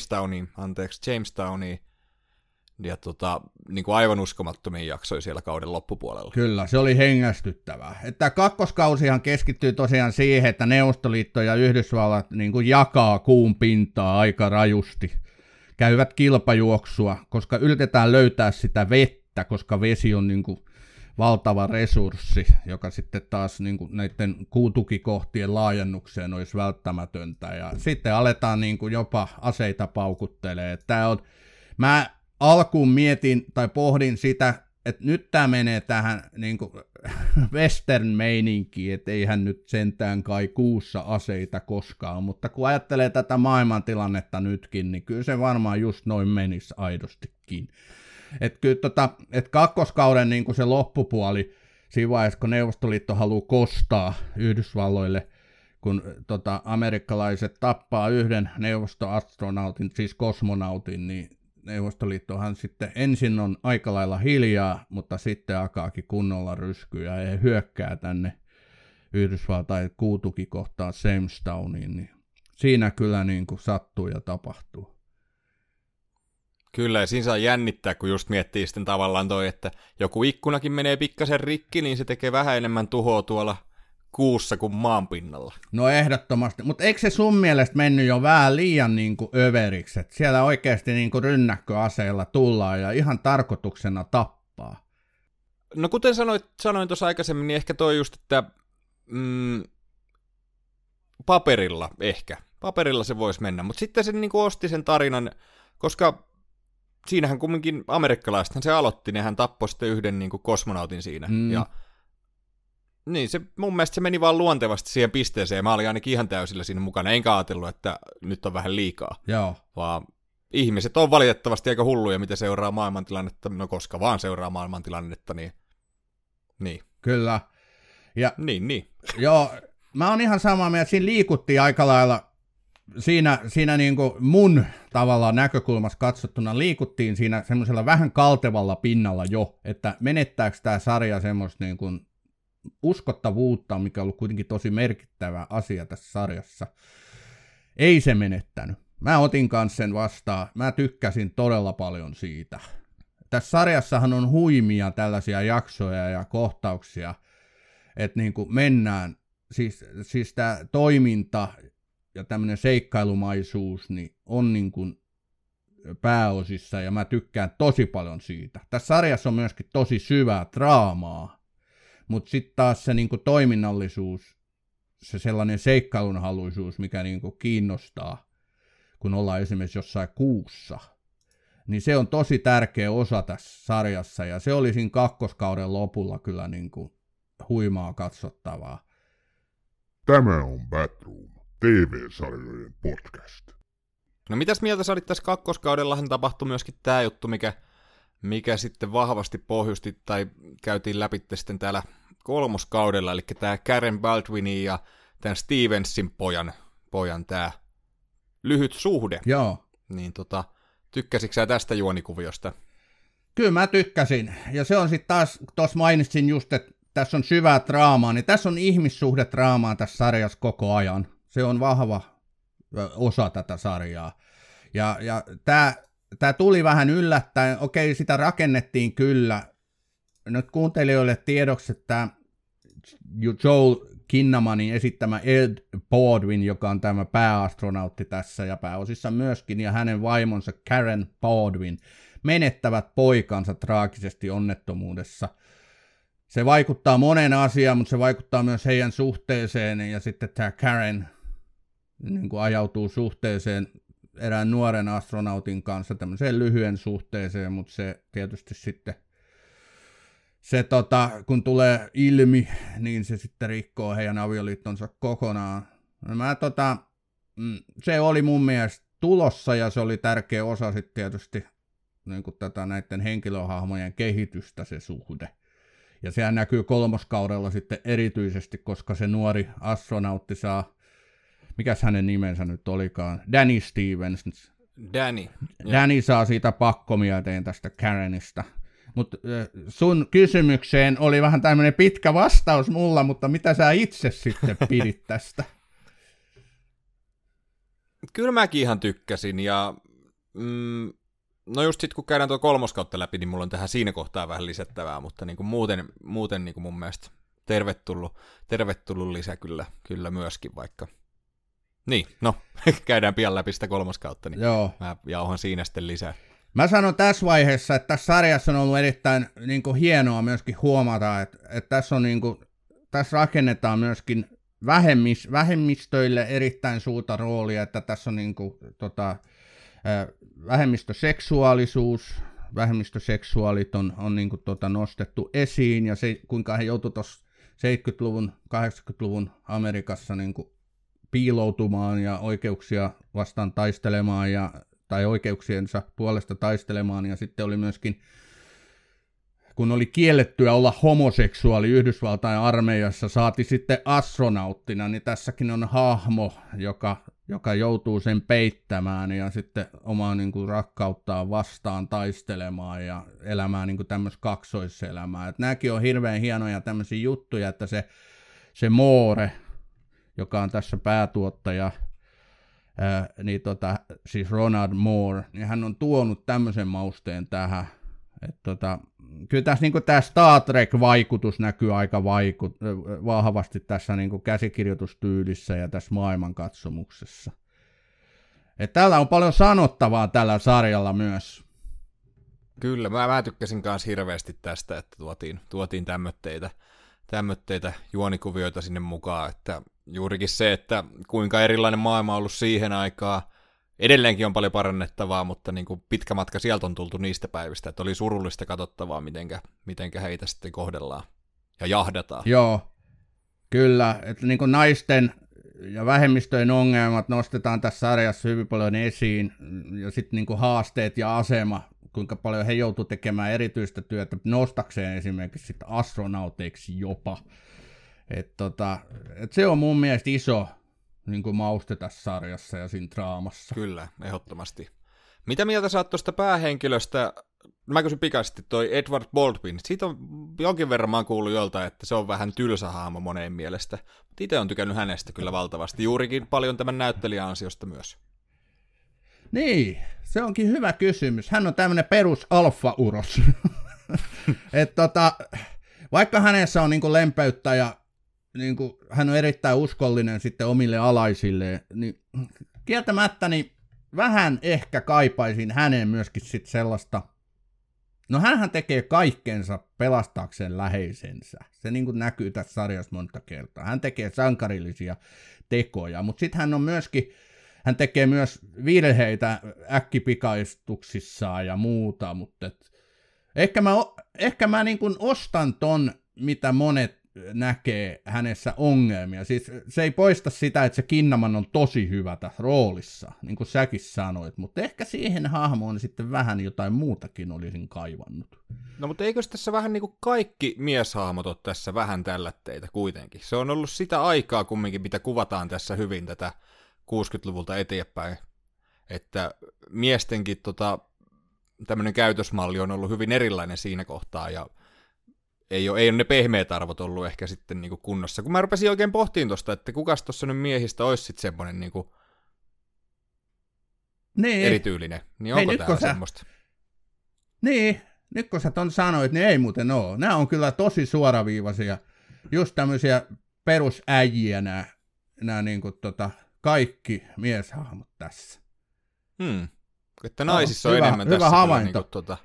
Jamestowniin, ja niinku aivan uskomattomia jaksoja siellä kauden loppupuolella. Kyllä, se oli hengästyttävää. Että kakkoskausihan keskittyy tosiaan siihen, että Neuvostoliitto ja Yhdysvallat niinku jakaa kuun pintaa aika rajusti. Käyvät kilpajuoksua, koska yritetään löytää sitä vettä, koska vesi on niin kuin valtava resurssi, joka sitten taas niin kuin näiden kuutukikohtien laajennukseen olisi välttämätöntä. Ja sitten aletaan niin kuin jopa aseita paukuttelemaan. Mä alkuun mietin tai pohdin sitä, että nyt tämä menee tähän niin kuin western-meininkiin, että eihän nyt sentään kai kuussa aseita koskaan, mutta kun ajattelee tätä maailmantilannetta nytkin, niin kyllä se varmaan just noin menisi aidostikin. Että kyllä kakkoskauden niin kuin se loppupuoli, siinä vaiheessa kun Neuvostoliitto haluaa kostaa Yhdysvalloille, kun amerikkalaiset tappaa yhden neuvostoastronautin, siis kosmonautin, niin Neuvostoliittohan sitten ensin on aika lailla hiljaa, mutta sitten alkaakin kunnolla ryskyä ja hyökkää tänne Yhdysvaltain kuutukikohtaan Jamestowniin, niin siinä kyllä niin kuin sattuu ja tapahtuu. Kyllä, ja siinä saa jännittää, kun just miettii sitten tavallaan toi, että joku ikkunakin menee pikkasen rikki, niin se tekee vähän enemmän tuhoa tuolla kuussa kuin maanpinnalla. No ehdottomasti, mutta eikö se sun mielestä mennyt jo vähän liian niin kuin överiksi, että siellä oikeasti niin kuin rynnäkköaseilla tullaan ja ihan tarkoituksena tappaa? No kuten sanoin tuossa aikaisemmin, niin ehkä toi just, että paperilla se voisi mennä, mutta sitten se niin kuin osti sen tarinan, koska siinähän kumminkin amerikkalaisethan se aloitti, nehän tappoi sitten yhden niin kuin kosmonautin siinä, ja niin, mun mielestä se meni vaan luontevasti siihen pisteeseen, mä olin ainakin ihan täysillä siinä mukana, enkä ajatellut, että nyt on vähän liikaa. Joo. Vaan ihmiset on valitettavasti aika hulluja, mitä seuraa maailmantilannetta, no koska vaan seuraa maailmantilannetta, niin. Kyllä. Ja, niin. Joo, mä oon ihan samaa mieltä, siinä liikuttiin aika lailla, siinä niin kuin mun tavallaan näkökulmassa katsottuna liikuttiin siinä semmoisella vähän kaltevalla pinnalla jo, että menettääkö tämä sarja semmoista niin kuin uskottavuutta, mikä on ollut kuitenkin tosi merkittävä asia tässä sarjassa. Ei se menettänyt. Mä otin kanssa sen vastaan. Mä tykkäsin todella paljon siitä. Tässä sarjassahan on huimia tällaisia jaksoja ja kohtauksia, että niin kuin mennään, siis tämä toiminta ja tämmöinen seikkailumaisuus niin on niin kuin pääosissa, ja mä tykkään tosi paljon siitä. Tässä sarjassa on myöskin tosi syvää draamaa, mutta sitten taas se niin kuin toiminnallisuus, se sellainen seikkailunhaluisuus, mikä niin kuin kiinnostaa, kun ollaan esimerkiksi jossain kuussa, niin se on tosi tärkeä osa tässä sarjassa, ja se oli siinä kakkoskauden lopulla kyllä niin kuin huimaa katsottavaa. Tämä on Batroom, TV-sarjojen podcast. No mitäs mieltä sä olit tässä kakkoskaudellahan tapahtui myöskin tämä juttu, mikä sitten vahvasti pohjusti tai käytiin läpi sitten täällä kolmoskaudella, eli tämä Karen Baldwinin ja tämän Stevensin pojan tämä lyhyt suhde. Joo. Niin tykkäsitkö sä tästä juonikuviosta? Kyllä mä tykkäsin, ja se on sitten taas, tuossa mainitsin just, että tässä on syvää draamaa, niin tässä on ihmissuhdedraamaa tässä sarjassa koko ajan. Se on vahva osa tätä sarjaa. Ja tämä tuli vähän yllättäen. Okei, sitä rakennettiin kyllä. Nyt kuuntelijoille tiedoksi, että Joel Kinnamanin esittämä Ed Baldwin, joka on tämä pääastronautti tässä ja pääosissa myöskin, ja hänen vaimonsa Karen Baldwin menettävät poikansa traagisesti onnettomuudessa. Se vaikuttaa moneen asiaan, mutta se vaikuttaa myös heidän suhteeseen, ja sitten tämä Karen niin kuin ajautuu suhteeseen erään nuoren astronautin kanssa, tämmöiseen lyhyen suhteeseen, mutta se tietysti sitten, kun tulee ilmi, niin se sitten rikkoo heidän avioliittonsa kokonaan. Se oli mun mielestä tulossa, ja se oli tärkeä osa sitten tietysti niin kuin näiden henkilöhahmojen kehitystä, se suhde. Ja sehän näkyy kolmoskaudella sitten erityisesti, koska se nuori astronautti saa, mikäs hänen nimensä nyt olikaan, Danny Stevens. Danny saa siitä pakkomieteen tästä Karenista. Mutta sun kysymykseen oli vähän tämmöinen pitkä vastaus mulla, mutta mitä sä itse sitten pidit tästä? Kyllä mäkin ihan tykkäsin, ja no just sitten kun käydään tuo kolmoskautta läpi, niin mulla on tähän siinä kohtaa vähän lisättävää, mutta niin kuin muuten niin kuin mun mielestä tervetullut lisä kyllä myöskin, vaikka. Niin, no, käydään pian läpi sitä kolmoskautta, niin joo. Mä jauhan siinä sitten lisää. Mä sanon tässä vaiheessa, että tässä sarjassa on ollut erittäin niin kuin hienoa myöskin huomata, että tässä on niin kuin, tässä rakennetaan myöskin vähemmistöille erittäin suurta roolia, että tässä on niin kuin, vähemmistöseksuaalit on niin kuin, nostettu esiin, ja se, kuinka he joutuivat tuossa 70-luvun, 80-luvun Amerikassa niin kuin piiloutumaan ja oikeuksia vastaan taistelemaan tai oikeuksiensa puolesta taistelemaan, ja sitten oli myöskin, kun oli kiellettyä olla homoseksuaali Yhdysvaltain armeijassa, saati sitten astronauttina, niin tässäkin on hahmo, joka joutuu sen peittämään ja sitten omaa niin kuin rakkauttaan vastaan taistelemaan ja elämään niin kuin tämmöistä kaksoiselämää. Et nämäkin on hirveän hienoja tämmöisiä juttuja, että se Moore, joka on tässä päätuottaja, siis Ronald Moore, niin hän on tuonut tämmöisen mausteen tähän. Kyllä tässä niin tämä Star Trek-vaikutus näkyy aika vahvasti tässä niin käsikirjoitustyylissä ja tässä maailmankatsomuksessa. Täällä on paljon sanottavaa tällä sarjalla myös. Kyllä, mä tykkäsin myös hirveästi tästä, että tuotiin tämmötteitä juonikuvioita sinne mukaan, että juurikin se, että kuinka erilainen maailma on ollut siihen aikaan. Edelleenkin on paljon parannettavaa, mutta niin kuin pitkä matka sieltä on tultu niistä päivistä, että oli surullista katsottavaa, mitenkä heitä sitten kohdellaan ja jahdataan. Joo, kyllä, että niin kuin naisten ja vähemmistöjen ongelmat nostetaan tässä sarjassa hyvin paljon esiin, ja sitten niinku haasteet ja asema, kuinka paljon he joutuu tekemään erityistä työtä nostakseen esimerkiksi sit astronauteiksi jopa. Et se on mun mielestä iso niinku mauste tässä sarjassa ja siinä draamassa. Kyllä, ehdottomasti. Mitä mieltä sä oot tuosta päähenkilöstä? Mä kysyn pikaisesti, toi Edward Baldwin. Siitä on jonkin verran mä oon kuullut joltain, että se on vähän tylsä hahmo moneen mielestä. Mutta itse on tykännyt hänestä kyllä valtavasti. Juurikin paljon tämän näyttelijäansiosta myös. Niin, se onkin hyvä kysymys. Hän on tämmönen perus alfa-uros. Vaikka hänessä on niinku lempeyttä ja niinku, hän on erittäin uskollinen sitten omille alaisilleen, niin kieltämättä niin vähän ehkä kaipaisin häneen myöskin sitten sellaista. No hänhän tekee kaikkensa pelastaakseen läheisensä. Se niin kuin näkyy tässä sarjassa monta kertaa. Hän tekee sankarillisia tekoja, mutta sitten hän tekee myös virheitä äkkipikaistuksissaan ja muuta, mutta ehkä mä niin kuin ostan ton, mitä monet näkee hänessä ongelmia. Siis se ei poista sitä, että se Kinnaman on tosi hyvä tässä roolissa, niin kuin säkin sanoit, mutta ehkä siihen hahmoon sitten vähän jotain muutakin olisin kaivannut. No mutta eikö tässä vähän niin kuin kaikki mieshahmot ole tässä vähän tällätteitä kuitenkin? Se on ollut sitä aikaa kumminkin, mitä kuvataan tässä hyvin tätä 60-luvulta eteenpäin, että miestenkin tämmöinen käytösmalli on ollut hyvin erilainen siinä kohtaa, ja ei ole ne pehmeät arvot ollut ehkä sitten niinku kunnossa. Kun mä rupesin oikein pohtiin tosta, että kukas tuossa nyt miehistä olisi sitten semmoinen niinku erityylinen, niin onko täällä semmoista? Niin, nyt kun sä ton sanoit, niin ei muuten ole. Nämä on kyllä tosi suoraviivaisia, just tämmöisiä perusäjiä nämä niinku kaikki mieshahmot tässä. Että naisissa on hyvä, enemmän hyvä tässä havainto.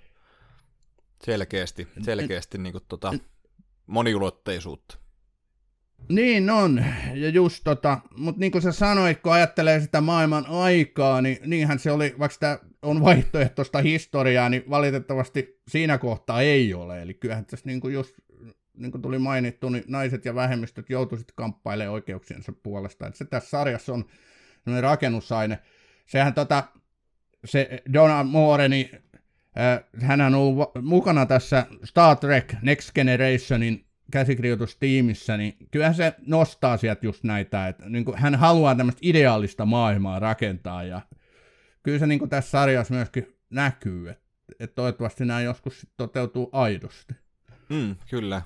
selkeästi niinku moniulotteisuutta. Niin on, ja just mutta niin kuin sä sanoit, kun ajattelee sitä maailman aikaa, niin niinhän se oli, vaikka tämä on vaihtoehtoista historiaa, niin valitettavasti siinä kohtaa ei ole. Eli kyllähän tässä niin kuin just, niin kuin tuli mainittu, niin naiset ja vähemmistöt joutuivat kamppailemaan oikeuksiensa puolesta. Että se tässä sarjassa on rakennusaine. Sehän se Donna Moore, niin hän on ollut mukana tässä Star Trek Next Generationin käsikirjoitustiimissä, niin kyllähän se nostaa sieltä just näitä, että niin kuin hän haluaa tämmöistä ideaalista maailmaa rakentaa, ja kyllä se niin kuin tässä sarjassa myöskin näkyy, että toivottavasti nämä joskus sit toteutuu aidosti. Kyllä.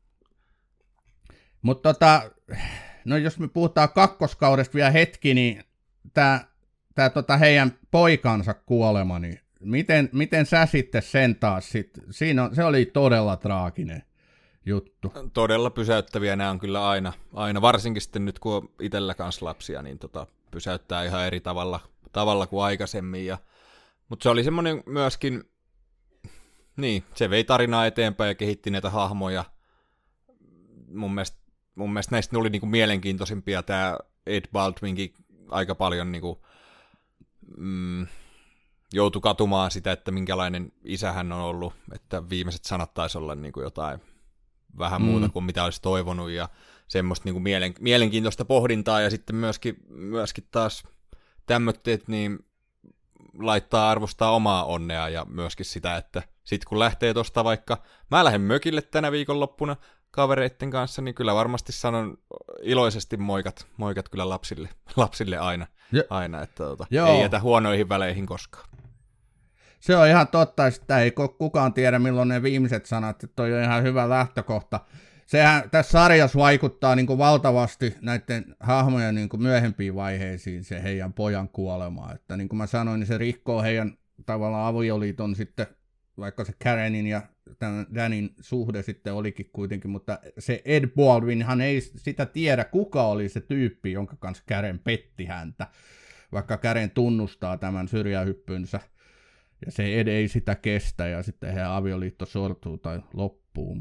Mutta no jos me puhutaan kakkoskaudesta vielä hetki, niin tämä heidän poikansa kuolema, niin miten sä sitten sen taas se oli todella traaginen juttu. Todella pysäyttäviä nämä on kyllä aina varsinkin sitten nyt kun on itsellä kanssa lapsia, niin pysäyttää ihan eri tavalla kuin aikaisemmin. Mutta se oli semmoinen myöskin, niin se vei tarinaa eteenpäin ja kehitti näitä hahmoja. Mun mielestä näistä oli niinku mielenkiintoisimpia tämä Ed Baldwinkin aika paljon niinku, joutui katumaan sitä, että minkälainen isä hän on ollut, että viimeiset sanat taisi olla niinku jotain vähän muuta kuin mitä olisi toivonut, ja semmoista niinku mielenkiintoista pohdintaa, ja sitten myöskin taas tämmötteet niin laittaa arvostaa omaa onnea, ja myöskin sitä, että sit kun lähtee tosta vaikka, mä lähden mökille tänä viikonloppuna kavereitten kanssa, niin kyllä varmasti sanon iloisesti moikat kyllä lapsille aina että ei jätä huonoihin väleihin koskaan. Se on ihan totta, että ei kukaan tiedä milloin ne viimeiset sanat, että toi on ihan hyvä lähtökohta. Sehän tässä sarjassa vaikuttaa niin kuin valtavasti näiden hahmojen niin kuin myöhempiin vaiheisiin se heidän pojan kuolema. Että niin kuin mä sanoin, niin se rikkoo heidän tavallaan avioliiton sitten, vaikka se Karenin ja Danin suhde sitten olikin kuitenkin, mutta se Ed Baldwinhan ei sitä tiedä, kuka oli se tyyppi, jonka kanssa Karen petti häntä, vaikka Karen tunnustaa tämän syrjähyppynsä. Ja se Ed ei sitä kestä, ja sitten heidän avioliitto sortuu tai loppuu,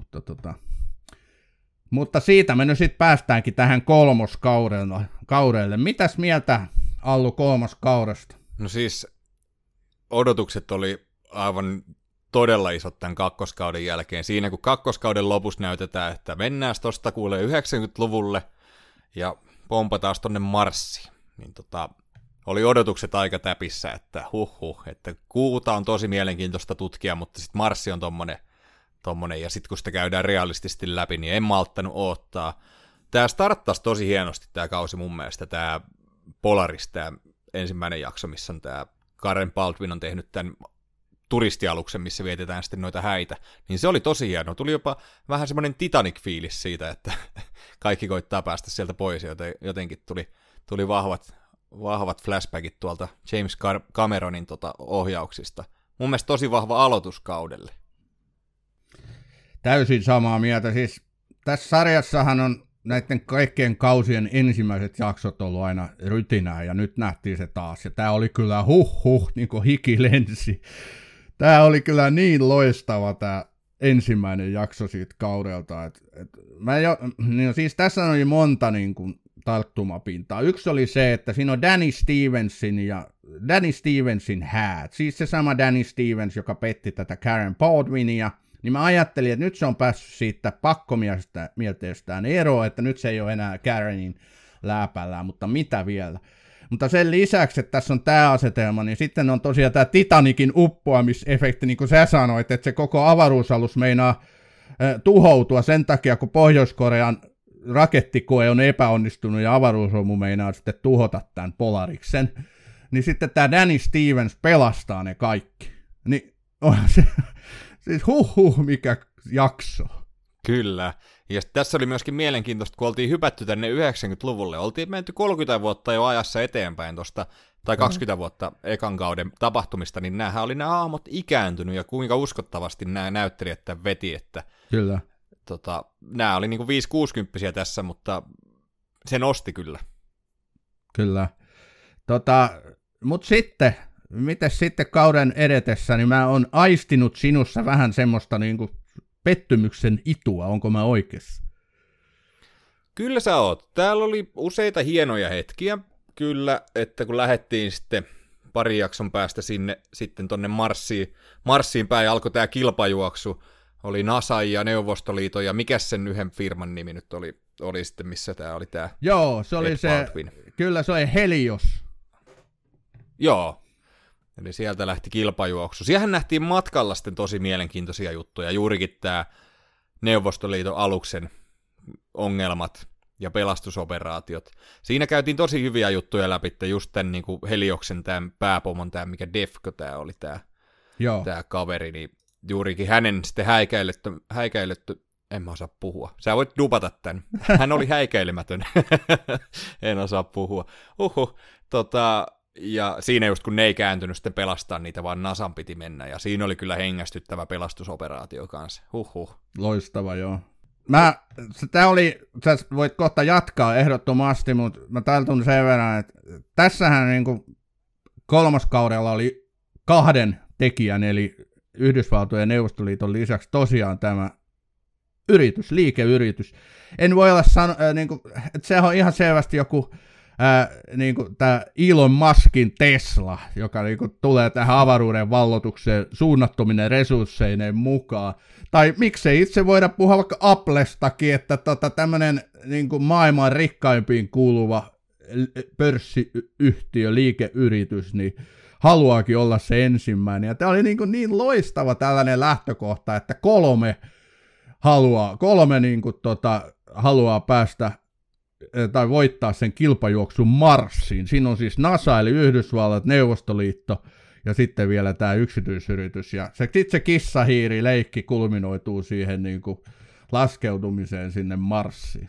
mutta siitä me nyt sitten päästäänkin tähän kolmoskaudelle. Mitäs mieltä, Allu, kolmoskaudesta? No siis odotukset oli aivan todella isot tämän kakkoskauden jälkeen. Siinä kun kakkoskauden lopussa näytetään, että mennään tosta kuulee 90-luvulle, ja pompataan tonne Marsiin. Niin oli odotukset aika täpissä, että että kuuta on tosi mielenkiintoista tutkia, mutta sitten Marssi on tommonen, ja sitten kun sitä käydään realistisesti läpi, niin en malttanut odottaa. Tämä starttasi tosi hienosti tämä kausi mun mielestä, tämä Polaris, tämä ensimmäinen jakso, missä on tämä Karen Baldwin on tehnyt tämän turistialuksen, missä vietetään sitten noita häitä, niin se oli tosi hieno. Tuli jopa vähän semmoinen Titanic-fiilis siitä, että kaikki koittaa päästä sieltä pois, jotenkin tuli vahvat flashbackit tuolta James Cameronin ohjauksista. Mun mielestä tosi vahva aloitus kaudelle. Täysin samaa mieltä. Siis tässä sarjassahan on näiden kaikkien kausien ensimmäiset jaksot ollut aina rytinää, ja nyt nähtiin se taas. Ja tää oli kyllä niin kuin hiki lensi. Tää oli kyllä niin loistava tää ensimmäinen jakso siitä kaudelta. Siis tässä oli monta niin kuin tarttumapintaa. Yksi oli se, että siinä on Danny Stevensin häät. Siis se sama Danny Stevens, joka petti tätä Karen Baldwinia. Niin mä ajattelin, että nyt se on päässyt siitä pakkomielteestään eroon, että nyt se ei ole enää Karenin läpällään, mutta mitä vielä. Mutta sen lisäksi, että tässä on tämä asetelma, niin sitten on tosiaan tämä Titanicin uppoamisefekti, niin kuin sä sanoit, että se koko avaruusalus meinaa tuhoutua sen takia, kun Pohjois-Korean rakettikoe on epäonnistunut ja avaruusromu meinaa sitten tuhota tämän Polariksen. Niin sitten tämä Danny Stevens pelastaa ne kaikki. Niin onhan se... Siis mikä jakso. Kyllä. Ja tässä oli myöskin mielenkiintoista, kun oltiin hypätty tänne 90-luvulle. Oltiin menty 30 vuotta jo ajassa eteenpäin tuosta, tai 20 vuotta ekan kauden tapahtumista, niin nämä hahmot ikääntynyt, ja kuinka uskottavasti nämä näyttelijät tämän veti, että kyllä. Nämä oli niinku 5-60 tässä, mutta se nosti kyllä. Kyllä. Mutta sitten... Mites sitten kauden edetessä, niin mä oon aistinut sinussa vähän semmoista niinku pettymyksen itua, onko mä oikeassa? Kyllä sä oot. Täällä oli useita hienoja hetkiä, kyllä, että kun lähdettiin sitten pari jakson päästä sinne sitten tonne Marsiin päin, alkoi tää kilpajuoksu, oli NASA ja Neuvostoliiton, ja mikä sen yhden firman nimi nyt oli sitten, missä tää oli tää? Joo, se oli kyllä se oli Helios. Joo. Eli sieltä lähti kilpajuoksu. Siihen nähtiin matkalla sitten tosi mielenkiintoisia juttuja, juurikin tämä Neuvostoliiton aluksen ongelmat ja pelastusoperaatiot. Siinä käytiin tosi hyviä juttuja läpi, just tämän niin kuin Helioksen, tämän pääpomon, tämä mikä Defco tämä oli, tämä kaveri, niin juurikin hänen sitten häikäiletty, en mä osaa puhua. Sä voit dupata tämän. Hän oli häikäilemätön. En osaa puhua. Ja siinä just kun ne ei kääntynyt sitten pelastaa niitä, vaan NASAn piti mennä, ja siinä oli kyllä hengästyttävä pelastusoperaatio kanssa. Loistava, joo. Sä voit kohta jatkaa ehdottomasti, mutta mä tartun sen verran, että tässähän niinku kolmoskaudella oli 2 tekijän, eli Yhdysvaltojen ja Neuvostoliiton lisäksi tosiaan tämä liikeyritys. En voi olla että se on ihan selvästi joku niinku tämä Elon Muskin Tesla, joka niinku tulee tähän avaruuden vallotukseen suunnattominen resursseineen mukaan. Tai miksei itse voida puhua vaikka Applestakin, että tämmöinen niinku maailman rikkaimpiin kuuluva pörssiyhtiö, liikeyritys, niin haluaakin olla se ensimmäinen. Ja tämä oli niin loistava tällainen lähtökohta, että kolme haluaa päästä tai voittaa sen kilpajuoksun Marsiin. Siinä on siis NASA eli Yhdysvallat, Neuvostoliitto ja sitten vielä tämä yksityisyritys. Ja sitten se kissahiiri-leikki kulminoituu siihen niin kuin laskeutumiseen sinne Marsiin.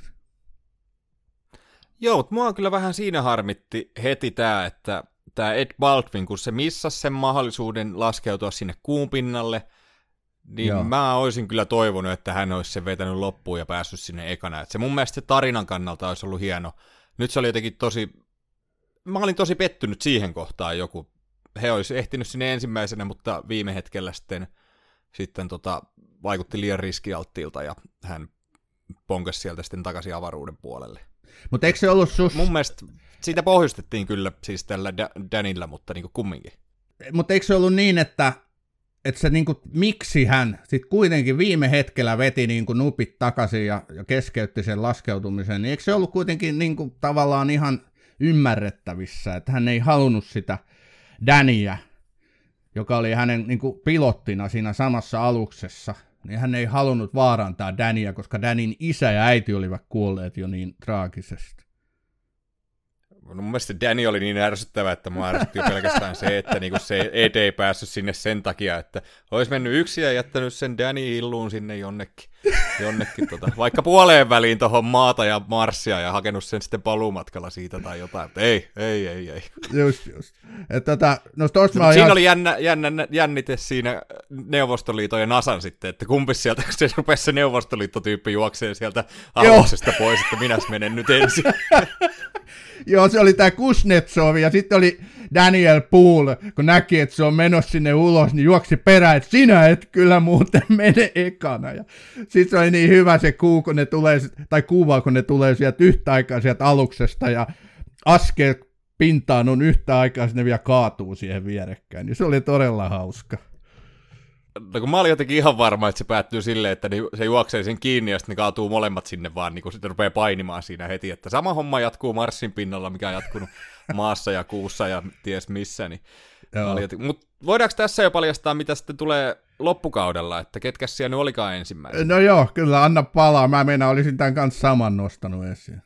Joo, mutta mua kyllä vähän siinä harmitti heti tämä, että tämä Ed Baldwin, kun se missasi sen mahdollisuuden laskeutua sinne kuun pinnalle, niin joo. Mä olisin kyllä toivonut, että hän olisi sen vetänyt loppuun ja päässyt sinne ekana. Et se mun mielestä se tarinan kannalta olisi ollut hieno. Nyt se oli jotenkin mä olin tosi pettynyt siihen kohtaan joku. He olisi ehtinyt sinne ensimmäisenä, mutta viime hetkellä sitten vaikutti liian riskialttiilta ja hän ponkasi sieltä sitten takaisin avaruuden puolelle. Mutta eikö se ollut Mun mielestä siitä pohjustettiin kyllä siis tällä Danilla, mutta niin kuin kumminkin. Mutta eikö se ollut niin, että että se niinku, miksi hän sitten kuitenkin viime hetkellä veti niinku nupit takaisin ja keskeytti sen laskeutumisen, niin eikö se ollut kuitenkin niinku tavallaan ihan ymmärrettävissä, että hän ei halunnut sitä Danyä, joka oli hänen niinku pilottina siinä samassa aluksessa, niin hän ei halunnut vaarantaa Danyä, koska Danyn isä ja äiti olivat kuolleet jo niin traagisesti. No mun mielestä Dany oli niin ärsyttävä, että mua ärsytti pelkästään se, että niinku se Ed ei päässyt sinne sen takia, että olisi mennyt yksin ja jättänyt sen Dany illuun sinne jonnekin vaikka puoleen väliin tuohon maata ja Marsia ja hakenut sen sitten paluumatkalla siitä tai jotain, mutta ei. Just. No siinä oli jännite siinä Neuvostoliiton ja NASAn sitten, että kumpi sieltä, kun se rupesi se Neuvostoliittotyyppi juoksee sieltä aluksesta pois, että minäs menen nyt ensin. Joo, se oli tämä Kuznetsov ja sitten oli Daniel Poole, kun näki, että se on menossa sinne ulos, niin juoksi perään, että sinä et kyllä muuten mene ekana. Ja sitten se oli niin hyvä se kuva, kun ne tulee sieltä yhtä aikaa sieltä aluksesta ja askel pintaan on yhtä aikaa, ne vielä kaatuu siihen vierekkäin. Niin se oli todella hauska. No kun mä olin jotenkin ihan varma, että se päättyy silleen, että se juoksee sen kiinni ja sitten ne kaatuu molemmat sinne vaan, niin kun sitten rupeaa painimaan siinä heti, että sama homma jatkuu Marsin pinnalla, mikä on jatkunut maassa ja kuussa ja ties missä. Niin mutta voidaanko tässä jo paljastaa, mitä sitten tulee loppukaudella, että ketkä siellä nyt olikaan ensimmäisenä? No joo, kyllä anna palaa, mä olisin tämän kanssa saman nostanut esiin.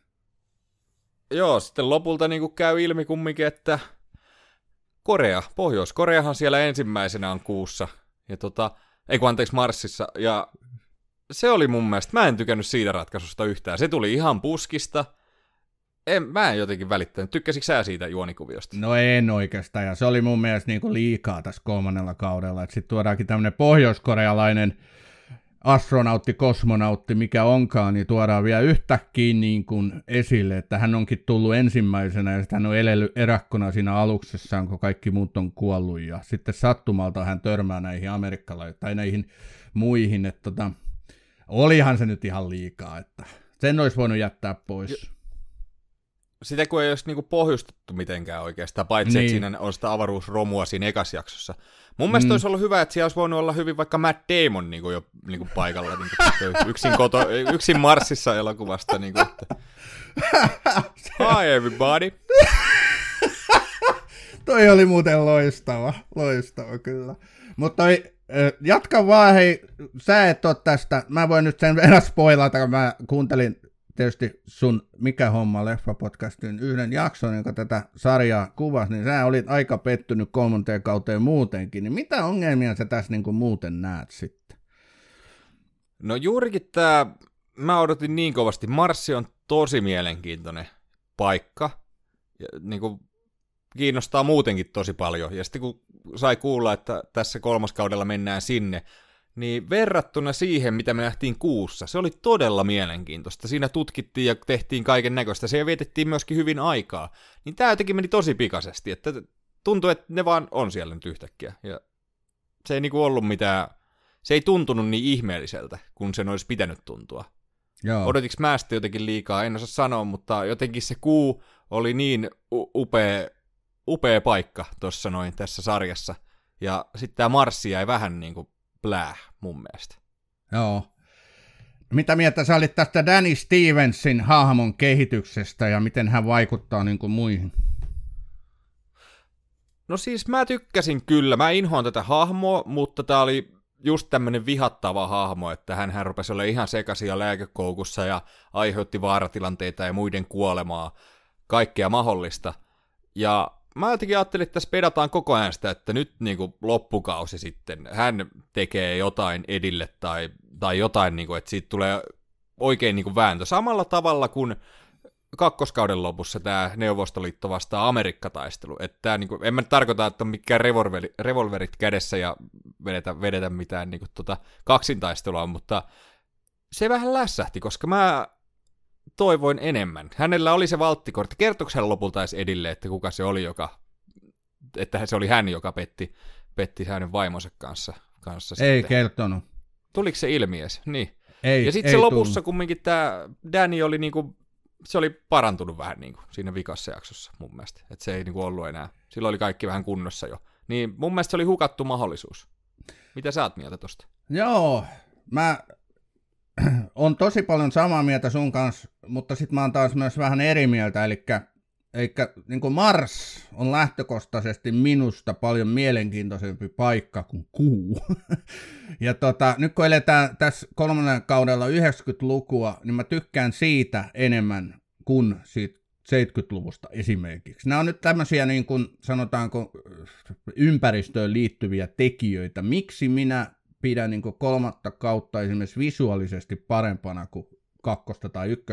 Joo, sitten lopulta niin käy ilmi kumminkin, että Pohjois-Koreahan siellä ensimmäisenä on kuussa. Ja Marsissa, ja se oli mun mielestä, mä en tykännyt siitä ratkaisusta yhtään, se tuli ihan puskista, mä en jotenkin välittänyt, tykkäsitkö sä siitä juonikuviosta? No en oikeastaan, ja se oli mun mielestä niinku liikaa tässä 3. kaudella, että sitten tuodaankin tämmönen pohjoiskorealainen astronautti, kosmonautti, mikä onkaan, niin tuodaan vielä yhtäkkiä niin kuin esille, että hän onkin tullut ensimmäisenä ja hän on elellyt erakkona siinä aluksessaan, kun kaikki muut on kuollut ja sitten sattumalta hän törmää näihin amerikkalaisiin tai näihin muihin, että olihan se nyt ihan liikaa, että sen olisi voinut jättää pois. Sitä kun ei olisi niinku pohjustettu mitenkään oikeastaan, paitsi niin, että siinä on sitä avaruusromua siinä ekassa jaksossa. Mun mielestä olisi ollut hyvä, että siellä olisi voinut olla hyvin vaikka Matt Damon niinku jo niinku paikalla, niinku, yksin Marsissa elokuvasta. Niinku, että... Hi everybody! Toi oli muuten loistava kyllä. Mutta jatka vaan, hei, sä et ole tästä, mä voin nyt sen verran spoilata, kun mä kuuntelin tietysti sun Mikä homma leffapodcastin yhden jakson, jonka tätä sarjaa kuvasi, niin sä olit aika pettynyt 3. kauteen muutenkin, niin mitä ongelmia sä tässä niin kuin muuten näet sitten? No juurikin mä odotin niin kovasti, Marssi on tosi mielenkiintoinen paikka, ja niin kuin kiinnostaa muutenkin tosi paljon, ja sitten kun sai kuulla, että tässä 3. kaudella mennään sinne, niin verrattuna siihen, mitä me nähtiin kuussa, se oli todella mielenkiintoista. Siinä tutkittiin ja tehtiin kaiken näköistä. Se vietettiin myöskin hyvin aikaa. Niin tämä jotenkin meni tosi pikaisesti, että tuntui, että ne vaan on siellä nyt yhtäkkiä. Ja se ei niinku ollut mitään, se ei tuntunut niin ihmeelliseltä, kun sen olisi pitänyt tuntua. Odotinko mä sitten jotenkin liikaa, en osaa sanoa, mutta jotenkin se kuu oli niin upea paikka tuossa noin tässä sarjassa. Ja sitten tämä Marssi jäi vähän niin kuin mun mielestä. Joo. Mitä mieltä sä olit tästä Danny Stevensin hahmon kehityksestä ja miten hän vaikuttaa niin kuin muihin? No siis mä tykkäsin kyllä. Mä inhoan tätä hahmoa, mutta tää oli just tämmönen vihattava hahmo, että hän rupesi olla ihan sekaisin ja lääkekoukussa ja aiheutti vaaratilanteita ja muiden kuolemaa. Kaikkea mahdollista. Ja mä jotenkin ajattelin, että tässä pedataan koko ajan sitä, että nyt niin kuin loppukausi sitten hän tekee jotain Edille tai jotain, niin kuin, että siitä tulee oikein niin kuin vääntö. Samalla tavalla kuin 2. kauden lopussa tämä Neuvostoliitto vastaa Amerikka-taistelu. Että niin kuin, en mä tarkoita, että on mikään revolverit kädessä ja vedetä mitään niin kuin, kaksintaistelua, mutta se vähän lässähti, koska mä toivoin enemmän. Hänellä oli se valttikortti. Kertoiko hän lopulta edes Edille, että kuka se oli, että se oli hän, joka petti hänen vaimonsa kanssa ei sitten. Kertonut. Tuliko se ilmi edes? Niin. Ei, ja sitten se lopussa kumminkin tämä Danny oli niinku, se oli parantunut vähän niinku siinä vikassa jaksossa mun mielestä. Että se ei niinku ollut enää. Silloin oli kaikki vähän kunnossa jo. Niin mun mielestä se oli hukattu mahdollisuus. Mitä sä oot mieltä tosta? Joo, mä on tosi paljon samaa mieltä sun kanssa, mutta sit mä oon taas myös vähän eri mieltä, eli niin kuin Mars on lähtökohtaisesti minusta paljon mielenkiintoisempi paikka kuin Kuu. Ja nyt kun eletään tässä 3. kaudella 90-lukua, niin mä tykkään siitä enemmän kuin siitä 70-luvusta esimerkiksi. Nämä on nyt tämmöisiä niin kuin sanotaanko ympäristöön liittyviä tekijöitä. Miksi minä pidän niin kuin 3. kautta esimerkiksi visuaalisesti parempana kuin 2. tai 1.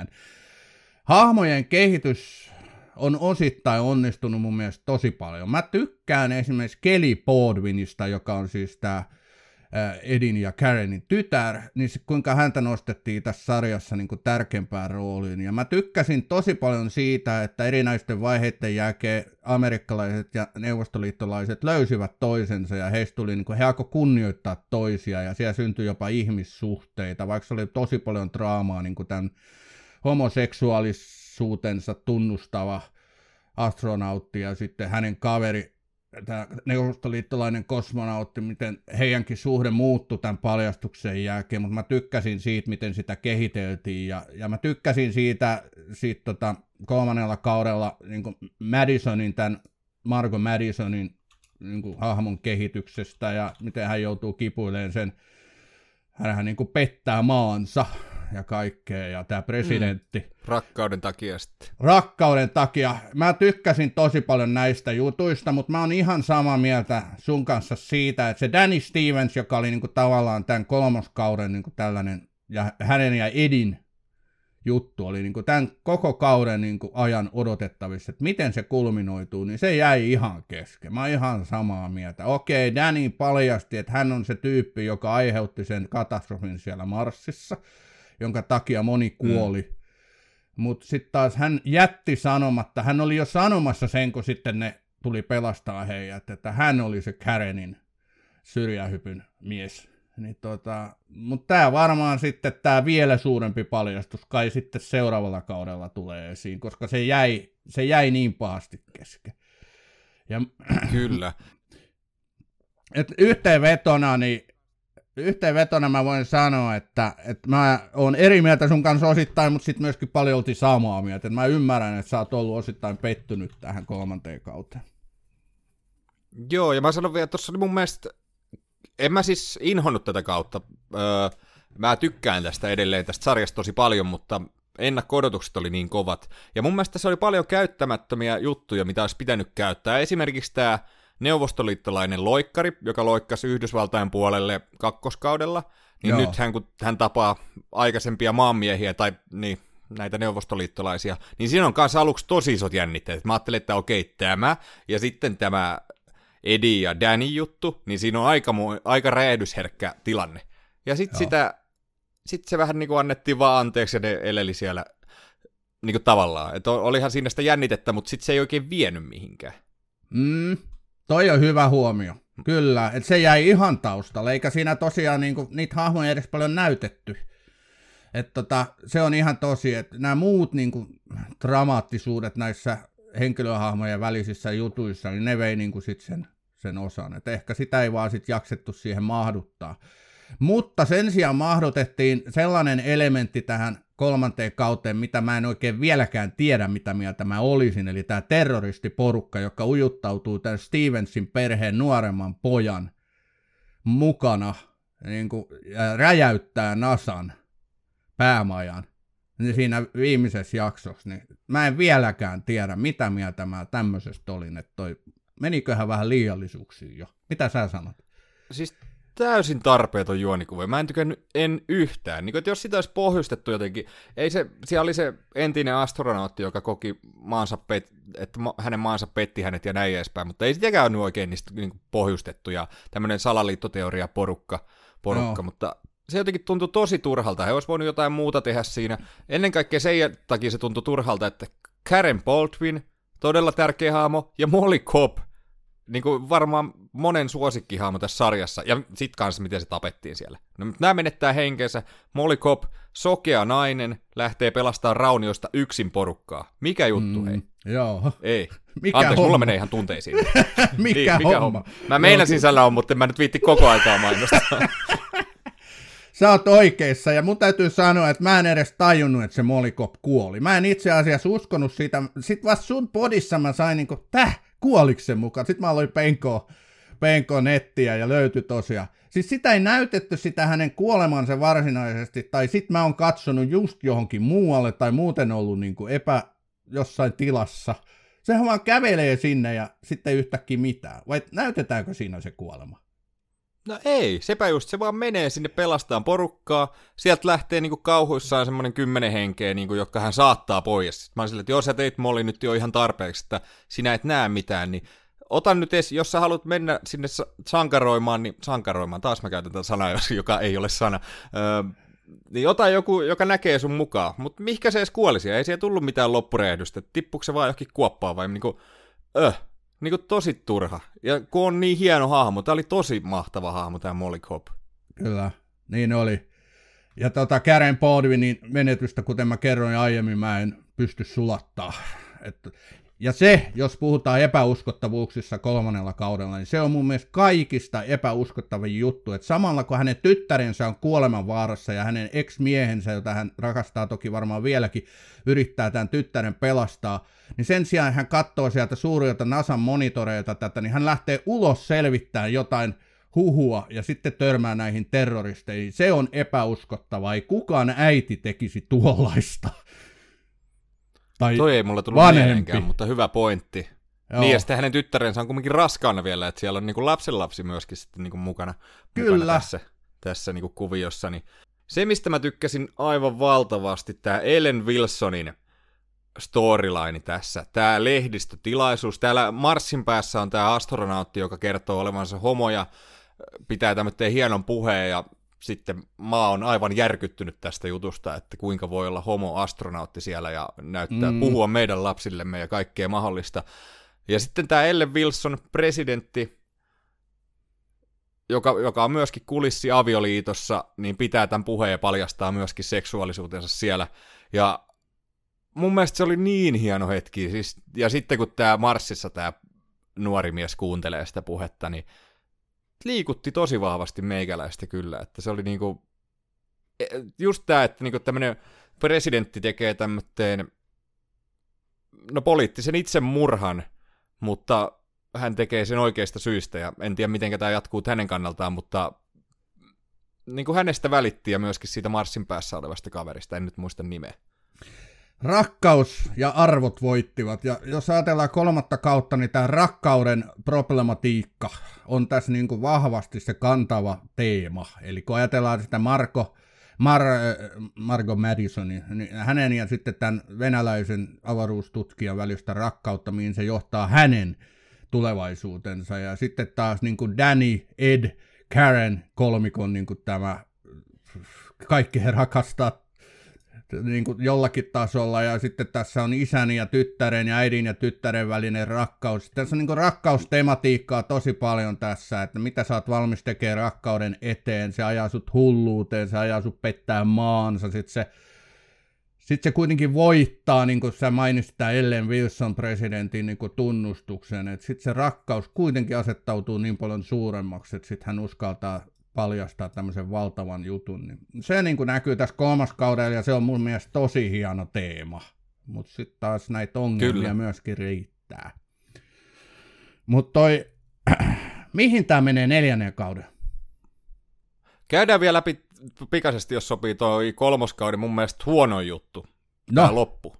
Hahmojen kehitys on osittain onnistunut mun mielestä tosi paljon. Mä tykkään esimerkiksi Kelly Baldwinista, joka on siis tämä Edin ja Karenin tytär, niin kuinka häntä nostettiin tässä sarjassa niin kuin tärkeämpään rooliin. Ja mä tykkäsin tosi paljon siitä, että erinäisten vaiheiden jälkeen amerikkalaiset ja neuvostoliittolaiset löysivät toisensa ja heistä tuli, niin kuin, he alkoi kunnioittaa toisia ja siellä syntyi jopa ihmissuhteita, vaikka se oli tosi paljon draamaa niin kuin tämän homoseksuaalisuutensa tunnustava astronautti ja sitten hänen kaveri, tämä neuvostoliittolainen kosmonautti, miten heidänkin suhde muuttui tämän paljastuksen jälkeen, mutta mä tykkäsin siitä, miten sitä kehiteltiin, ja mä tykkäsin siitä 3. kaudella niin kuin Madisonin, tämän Margot Madisonin niin kuin hahmon kehityksestä, ja miten hän joutuu kipuilemaan sen, hänhän niin kuin pettää maansa, ja kaikkea, ja tämä presidentti. Rakkauden takia sitten. Rakkauden takia. Mä tykkäsin tosi paljon näistä jutuista, mutta mä oon ihan samaa mieltä sun kanssa siitä, että se Danny Stevens, joka oli niinku tavallaan tämän 3. kauden niinku tällainen, ja hänen ja Edin juttu oli niinku tämän koko kauden niinku ajan odotettavissa, että miten se kulminoituu, niin se jäi ihan kesken. Mä oon ihan samaa mieltä. Okei, Danny paljasti, että hän on se tyyppi, joka aiheutti sen katastrofin siellä Marsissa, jonka takia moni kuoli. Mutta sitten taas hän jätti sanomatta, hän oli jo sanomassa sen, kun sitten ne tuli pelastaa heidät, että hän oli se Karenin syrjähypyn mies. Niin mutta tämä varmaan sitten, tämä vielä suurempi paljastus kai sitten seuraavalla kaudella tulee esiin, koska se jäi niin pahasti kesken. Ja, kyllä. Yhteenvetona mä voin sanoa, että mä oon eri mieltä sun kanssa osittain, mutta sitten myöskin paljon oltiin samaa mieltä. Et mä ymmärrän, että sä oot ollut osittain pettynyt tähän 3. kauteen. Joo, ja mä sanon vielä, että tuossa oli mun mielestä, en mä siis inhonnut tätä kautta. Mä tykkään tästä edelleen, tästä sarjasta tosi paljon, mutta ennakko-odotukset oli niin kovat. Ja mun mielestä tässä oli paljon käyttämättömiä juttuja, mitä olisi pitänyt käyttää. Esimerkiksi tämä neuvostoliittolainen loikkari, joka loikkasi Yhdysvaltain puolelle 2. kaudella, niin nyt kun hän tapaa aikaisempia maanmiehiä tai niin, näitä neuvostoliittolaisia, niin siinä on kanssa aluksi tosi isot jännitteet. Mä ajattelin, että okei, tämä ja sitten tämä Eddie ja Danny juttu, niin siinä on aika räjähdysherkkä tilanne. Ja sitten se vähän niin kuin annettiin vaan anteeksi ja ne eleli siellä niin kuin tavallaan. Että olihan siinä sitä jännitettä, mutta sitten se ei oikein vienyt mihinkään. Toi on hyvä huomio. Kyllä, että se jäi ihan taustalle, eikä siinä tosiaan niinku, niitä hahmoja edes paljon näytetty. Että se on ihan tosi, että nämä muut niinku, dramaattisuudet näissä henkilöhahmojen välisissä jutuissa, niin ne vei niinku sit sen osan. Et ehkä sitä ei vaan sit jaksettu siihen mahduttaa. Mutta sen sijaan mahdotettiin sellainen elementti tähän 3. kauteen, mitä mä en oikein vieläkään tiedä, mitä mieltä mä olisin, eli tämä terroristiporukka, joka ujuttautuu tämän Stevensin perheen nuoremman pojan mukana, niin kuin räjäyttää NASAn päämajan niin siinä viimeisessä jaksossa. Niin mä en vieläkään tiedä, mitä mieltä mä tämmöisestä olin, että meniköhän vähän liiallisuuksiin jo. Mitä sä sanot? Siis täysin tarpeeton juonikuva. Mä en tykännyt yhtään. Niin, että jos sitä olisi pohjustettu jotenkin, siellä oli se entinen astronautti, joka koki että hänen maansa petti hänet ja näin edespäin, mutta ei sitäkään ole oikein niistä niin pohjustettu ja tämmöinen salaliittoteoria porukka, mutta se jotenkin tuntui tosi turhalta. He olisi voinut jotain muuta tehdä siinä. Ennen kaikkea sen takia se tuntui turhalta, että Karen Baldwin, todella tärkeä hahmo, ja Molly Cobb, niin kuin varmaan monen suosikkihahmo tässä sarjassa, ja sit kanssa miten se tapettiin siellä. No, nämä menettää henkeensä, Molly Cobb, sokea nainen, lähtee pelastamaan raunioista yksin porukkaa. Mikä juttu, hei? Joo. Ei. Mikä Anteeksi, homma? mulla menee ihan tunteisiin. mikä homma? Mä meinasin sanoa, mutta en mä nyt viitti koko aikaa mainostaa. Sä oot oikeassa, ja mun täytyy sanoa, että mä en edes tajunnut, että se Molly Cobb kuoli. Mä en itse asiassa uskonut siitä. Sitten vasta sun podissa mä sain niinku, kuoliko se mukaan? Sitten mä aloin penkoa nettiä ja löytyi tosiaan. Siis sitä ei näytetty sitä hänen kuolemansa varsinaisesti, tai sit mä oon katsonut just johonkin muualle, tai muuten ollut niinku jossain tilassa. Sehän vaan kävelee sinne ja sitten yhtäkkiä mitään. Vai näytetäänkö siinä se kuolema? No ei, sepä just, se vaan menee sinne pelastaan porukkaa, sieltä lähtee niinku kauhuissaan semmoinen 10 henkeä, niinku, jotka hän saattaa pois. Sitten mä oon silleen, että jos sä teit Molly nyt jo ihan tarpeeksi, että sinä et näe mitään, niin otan nyt jos sä haluat mennä sinne sankaroimaan, taas mä käytän tätä sanaa, joka ei ole sana, niin ota joku, joka näkee sun mukaan, mutta mihinkä se edes kuolisi, ei siellä tullut mitään loppurehdystä, tippuuko se vaan johonkin kuoppaan vai niinku tosi turha. Ja kun on niin hieno hahmo, tää oli tosi mahtava hahmo tää Molly Cobb. Kyllä, niin oli. Ja Karen Baldwinin menetystä, kuten mä kerroin aiemmin, mä en pysty sulattaa. Ja se, jos puhutaan epäuskottavuuksissa 3. kaudella, niin se on mun mielestä kaikista epäuskottavin juttu, että samalla kun hänen tyttärensä on kuolemanvaarassa ja hänen ex-miehensä, jota hän rakastaa toki varmaan vieläkin, yrittää tämän tyttären pelastaa, niin sen sijaan hän katsoo sieltä suurilta NASAn monitoreita tätä, niin hän lähtee ulos selvittämään jotain huhua ja sitten törmää näihin terroristeihin. Se on epäuskottavaa, ei kukaan äiti tekisi tuollaista. Tai toi ei mulla tullut mieleenkään, mutta hyvä pointti. Joo. Niin, ja sitten hänen tyttärensä on kuitenkin raskaana vielä, että siellä on niinku lapsenlapsi myöskin sitten niinku mukana tässä niinku kuviossa. Niin se, mistä mä tykkäsin aivan valtavasti, tämä Ellen Wilsonin storyline tässä, tämä lehdistötilaisuus. Täällä Marsin päässä on tämä astronautti, joka kertoo olevansa homo ja pitää tämmöinen hienon puheen ja sitten mä oon aivan järkyttynyt tästä jutusta, että kuinka voi olla homo-astronautti siellä ja näyttää puhua meidän lapsillemme ja kaikkea mahdollista. Ja sitten tämä Ellen Wilson, presidentti, joka on myöskin kulissi avioliitossa, niin pitää tämän puheen ja paljastaa myöskin seksuaalisuutensa siellä. Ja mun mielestä se oli niin hieno hetki. Siis, ja sitten kun tämä Marsissa tämä nuori mies kuuntelee sitä puhetta, niin liikutti tosi vahvasti meikäläistä kyllä, että se oli niinku, just tää, että niinku tämmönen presidentti tekee tämmöteen, no poliittisen itsemurhan, mutta hän tekee sen oikeista syistä, ja en tiedä miten tämä jatkuu hänen kannaltaan, mutta niinku hänestä välitti ja myöskin siitä Marsin päässä olevasta kaverista, en nyt muista nimeä. Rakkaus ja arvot voittivat, ja jos ajatellaan 3. kautta, niin tämä rakkauden problematiikka on tässä niin kuin vahvasti se kantava teema. Eli kun ajatellaan sitä Margot Madisonin, niin hänen ja sitten tämän venäläisen avaruustutkijan välistä rakkautta, mihin se johtaa hänen tulevaisuutensa. Ja sitten taas niin kuin Danny, Ed, Karen kolmikon niin kuin tämä, kaikki he rakastaa niin kuin jollakin tasolla, ja sitten tässä on isän ja tyttären ja äidin ja tyttären välinen rakkaus. Tässä on niin kuin rakkaustematiikkaa tosi paljon tässä, että mitä sä oot valmis tekemään rakkauden eteen, se ajaa sut hulluuteen, se ajaa sut pettää maansa, sitten se kuitenkin voittaa, niin kuin sä mainitsit tämän Ellen Wilson presidentin niin kuin tunnustuksen, että sitten se rakkaus kuitenkin asettautuu niin paljon suuremmaksi, että sitten hän uskaltaa paljastaa tämmöisen valtavan jutun. Niin se niin kuin näkyy tässä 3. kaudella, ja se on mun mielestä tosi hieno teema. Mutta sitten taas näitä ongelmia kyllä myöskin riittää. Mutta mihin tämä menee 4. kauden? Käydään vielä läpi pikaisesti, jos sopii toi 3. kauden mun mielestä huono juttu. Tämä loppu.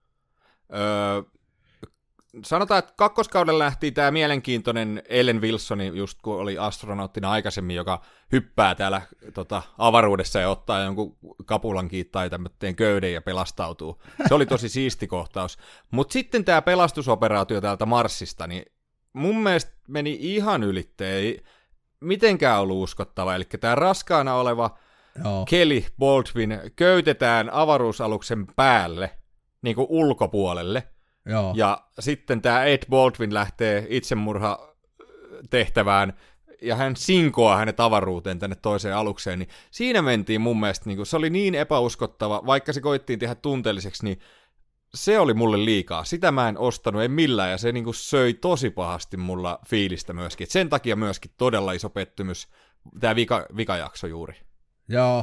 Sanotaan, että 2. kaudella lähti tämä mielenkiintoinen Ellen Wilsoni, just kun oli astronauttina aikaisemmin, joka hyppää täällä avaruudessa ja ottaa jonkun kapulan kiinni tai tämmöinen köyden ja pelastautuu. Se oli tosi siisti kohtaus. Mutta sitten tämä pelastusoperaatio täältä Marsista, niin mun mielestä meni ihan ylitteen. Ei mitenkään ollut uskottava. Eli tämä raskaana oleva Kelly Baldwin köytetään avaruusaluksen päälle, niin kuin ulkopuolelle. Joo. Ja sitten tämä Ed Baldwin lähtee itsemurha tehtävään, ja hän sinkoaa hänet avaruuteen tänne toiseen alukseen, niin siinä mentiin mun mielestä, niin kuin, se oli niin epäuskottava, vaikka se koittiin tehdä tunteelliseksi, niin se oli mulle liikaa. Sitä mä en ostanut, ei millään, ja se niin kuin söi tosi pahasti mulla fiilistä myöskin. Et sen takia myöskin todella iso pettymys, tämä vikajakso juuri. Joo,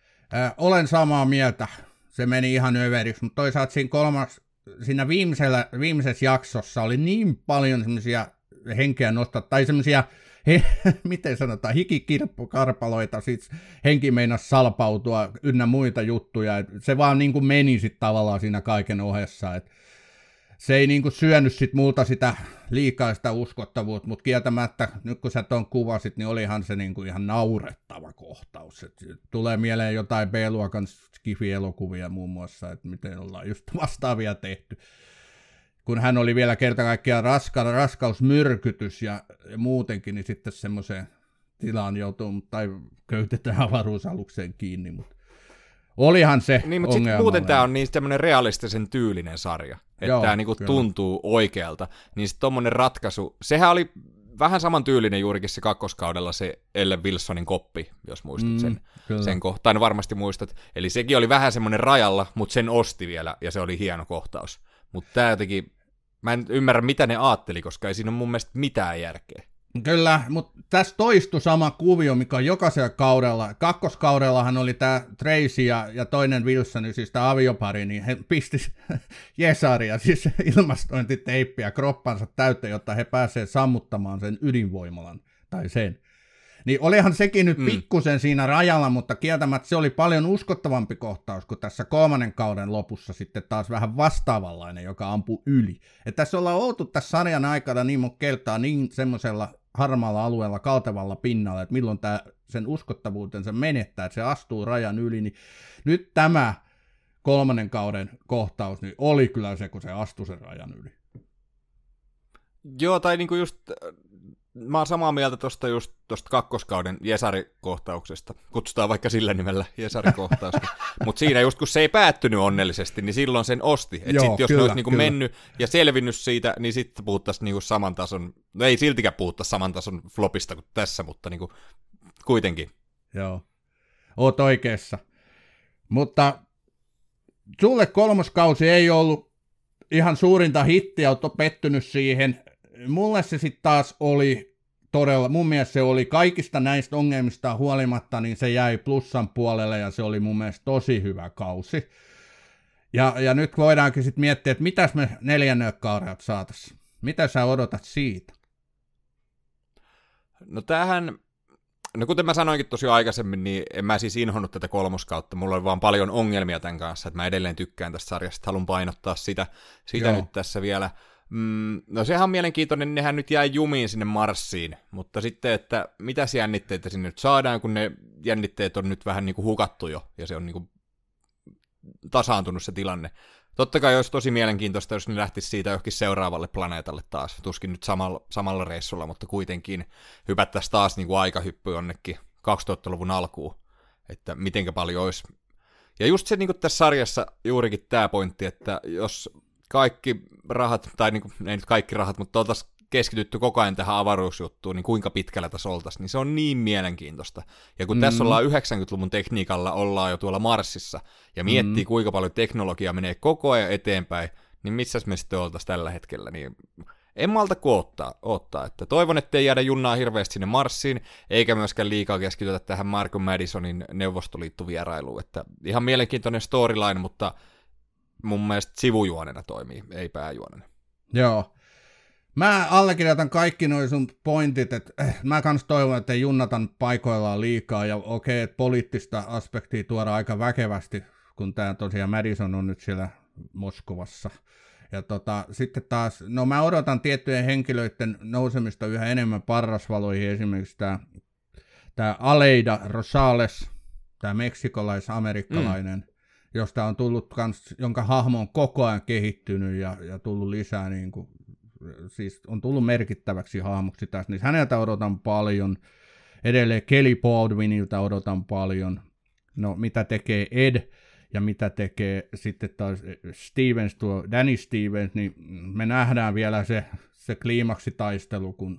olen samaa mieltä. Se meni ihan överiksi, mutta toisaalta siinä viimeisessä jaksossa oli niin paljon semmoisia henkeä nostaa, tai semmoisia, miten sanotaan, hikikirppukarpaloita, siis henki meinasi salpautua ynnä muita juttuja, et se vaan niin kuin meni sitten tavallaan siinä kaiken ohessa, et se ei niin kuin syönyt sit multa sitä liikaa sitä uskottavuutta, mutta kieltämättä, nyt kun sä ton kuvasit, niin olihan se niin kuin ihan naurettava kohtaus, et tulee mieleen jotain B-luokan skifi-elokuvia muun muassa, että miten ollaan just vastaavia tehty. Kun hän oli vielä kerta kaikkiaan raskausmyrkytys ja muutenkin, niin sitten semmoiseen tilaan joutuu, tai köytetään avaruusalukseen kiinni, mutta olihan se niin, mutta sitten muuten tämä on niin tämmöinen realistisen tyylinen sarja, että tämä niinku tuntuu oikealta, niin sitten tommonen ratkaisu, sehän oli vähän saman tyylinen juurikin se kakkoskaudella se Ellen Wilsonin koppi, jos muistat sen kohtaan, varmasti muistat, eli sekin oli vähän semmoinen rajalla, mutta sen osti vielä, ja se oli hieno kohtaus. Mutta tämä jotenkin, mä en ymmärrä mitä ne aatteli, koska ei siinä ole mun mielestä mitään järkeä. Kyllä, mutta tässä toistui sama kuvio, mikä on jokaisella kaudella. Kakkoskaudellahan oli tämä Tracy ja toinen Wilson, siis tämä aviopari, niin he pisti Jesaria, siis ilmastointiteippiä kroppansa täyteen, jotta he pääsevät sammuttamaan sen ydinvoimalan, tai sen. Niin olihan sekin nyt pikkusen siinä rajalla, mutta kieltämättä se oli paljon uskottavampi kohtaus kuin tässä 3. kauden lopussa sitten taas vähän vastaavanlainen, joka ampui yli. Että tässä ollaan oltu tässä sarjan aikana niin monta kertaa niin semmoisella harmaalla alueella, kaltevalla pinnalla, että milloin tämä sen uskottavuutensa menettää, että se astuu rajan yli, niin nyt tämä 3. kauden kohtaus niin oli kyllä se, kun se astui sen rajan yli. Joo, tai niinku just mä oon samaa mieltä tuosta kakkoskauden Jesari-kohtauksesta. Kutsutaan vaikka sillä nimellä Jesari-kohtaus. Mutta siinä just kun se ei päättynyt onnellisesti, niin silloin sen osti. Että sitten jos ne olisi niinku mennyt ja selvinnyt siitä, niin sitten puhuttaisiin niinku saman tason, no ei siltikään puhuttaisi saman tason flopista kuin tässä, mutta niinku kuitenkin. Joo, oot oikeassa. Mutta sulle 3. kausi ei ollut ihan suurinta hittiä, oot pettynyt siihen. Mulle se sitten taas oli todella, mun mielestä se oli kaikista näistä ongelmista huolimatta, niin se jäi plussan puolelle ja se oli mun mielestä tosi hyvä kausi. Ja nyt voidaankin sitten miettiä, että mitäs me 4. kaudelta saataisiin. Mitä sä odotat siitä? No kuten mä sanoinkin tosi aikaisemmin, niin en mä siis inhonnut tätä 3. kautta. Mulla oli vaan paljon ongelmia tämän kanssa, että mä edelleen tykkään tästä sarjasta, haluan painottaa sitä nyt tässä vielä. No sehän on mielenkiintoinen, nehän nyt jää jumiin sinne Marsiin, mutta sitten, että mitäs jännitteitä sinne nyt saadaan, kun ne jännitteet on nyt vähän niin kuin hukattu jo, ja se on niin kuin tasaantunut se tilanne. Totta kai olisi tosi mielenkiintoista, jos ne lähtisi siitä johonkin seuraavalle planeetalle taas, tuskin nyt samalla reissulla, mutta kuitenkin hypättäisiin taas niin kuin aikahyppy jonnekin 2000-luvun alkuun, että mitenkä paljon olisi. Ja just se niin kuin tässä sarjassa juurikin tämä pointti, että jos kaikki rahat, tai niin kuin, ei nyt kaikki rahat, mutta oltaisiin keskitytty koko ajan tähän avaruusjuttuun, niin kuinka pitkällä tässä oltaisiin, niin se on niin mielenkiintoista. Ja kun tässä ollaan 90-luvun tekniikalla, ollaan jo tuolla Marsissa, ja miettii kuinka paljon teknologia menee koko ajan eteenpäin, niin missäs me sitten oltaisiin tällä hetkellä, niin en malta kuin odottaa. Että toivon, ettei jäädä junnaa hirveästi sinne Marsiin, eikä myöskään liikaa keskitytä tähän Marcus Madisonin Neuvostoliittovierailuun, että ihan mielenkiintoinen storyline, mutta mun mielestä sivujuonena toimii, ei pääjuonena. Joo. Mä allekirjoitan kaikki noin sun pointit, että mä kans toivon, että ei junnatan paikoillaan liikaa, ja okei, että poliittista aspektia tuodaan aika väkevästi, kun tää tosiaan Madison on nyt siellä Moskovassa. Ja sitten taas, no mä odotan tiettyjen henkilöiden nousemista yhä enemmän parrasvaloihin, esimerkiksi tää Aleida Rosales, tää meksikolais-amerikkalainen, josta on tullut kans, jonka hahmo on koko ajan kehittynyt ja tullut lisää, niin kuin, siis on tullut merkittäväksi hahmoksi tässä, niin häneltä odotan paljon, edelleen Kelly Baldwinilta odotan paljon, no mitä tekee Ed ja mitä tekee sitten taas Stevens, tuo Danny Stevens, niin me nähdään vielä se kliimaksitaistelu, kun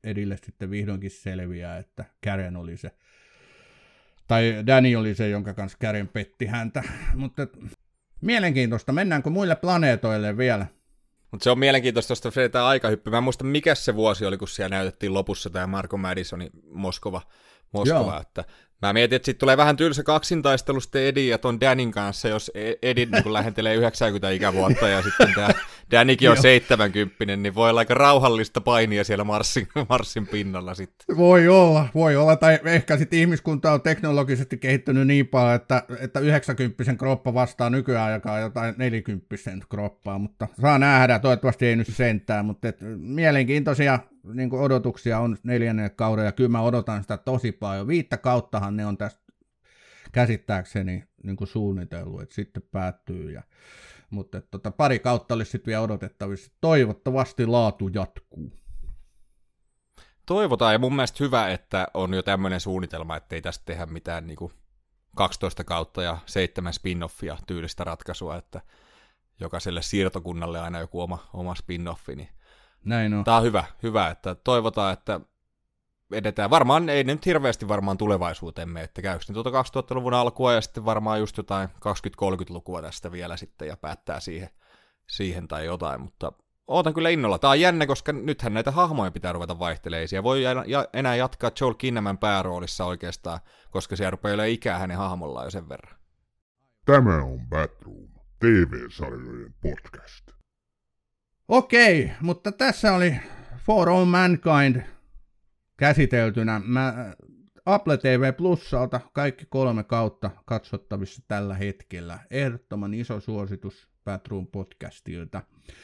Edille sitten vihdoinkin selviää, että Karen oli se, tai Danny oli se, jonka kanssa Karen petti häntä. Mutta mielenkiintoista, mennäänkö muille planeetoille vielä? Mutta se on mielenkiintoista, jos tämä aikahyppy. Mä en muista, mikä se vuosi oli, kun siellä näytettiin lopussa tämä Marco Madisonin Moskova, että mä mietin, että sitten tulee vähän tylsä kaksintaistelu sitten Edin ja ton Danin kanssa, jos Edin niin lähentelee 90 ikävuotta ja sitten tämä Danikin on 70, niin voi olla aika rauhallista painia siellä Marsin pinnalla sitten. Voi olla, tai ehkä sitten ihmiskunta on teknologisesti kehittynyt niin paljon, että 90 kroppa vastaa nykyaikaa jotain 40 kroppaa, mutta saa nähdä, toivottavasti ei nyt sentään, mutta mielenkiintoisia niin kuin odotuksia on 4. kauden, ja kyllä mä odotan sitä tosi paljon. 5 kauttahan ne on tästä käsittääkseni niin kuin suunnitellut, että sitten päättyy. Mutta pari kautta olisi sitten vielä odotettavissa. Toivottavasti laatu jatkuu. Toivotaan, ja mun mielestä hyvä, että on jo tämmöinen suunnitelma, ettei tästä tehdä mitään niin kuin 12 kautta ja 7 spin-offia tyylistä ratkaisua, että jokaiselle siirtokunnalle aina joku oma spin-offi, niin näin on. Tämä on hyvä, että toivotaan, että edetään. Varmaan ei nyt hirveästi varmaan tulevaisuuteemme, että käykö niin 2000-luvun alkua ja sitten varmaan just jotain 20-30-lukua tästä vielä sitten ja päättää siihen tai jotain, mutta ootan kyllä innolla. Tämä on jännä, koska nythän näitä hahmoja pitää ruveta vaihtelemaan. Siellä voi enää jatkaa Joel Kinnaman pääroolissa oikeastaan, koska siellä rupeaa olemaan ikää hänen hahmollaan jo sen verran. Tämä on Batroom, TV-sarjojen podcast. Okei, mutta tässä oli For All Mankind käsiteltynä. Apple TV Plusalta kaikki 3 kautta katsottavissa tällä hetkellä. Ehdottoman iso suositus Batroom podcastilta.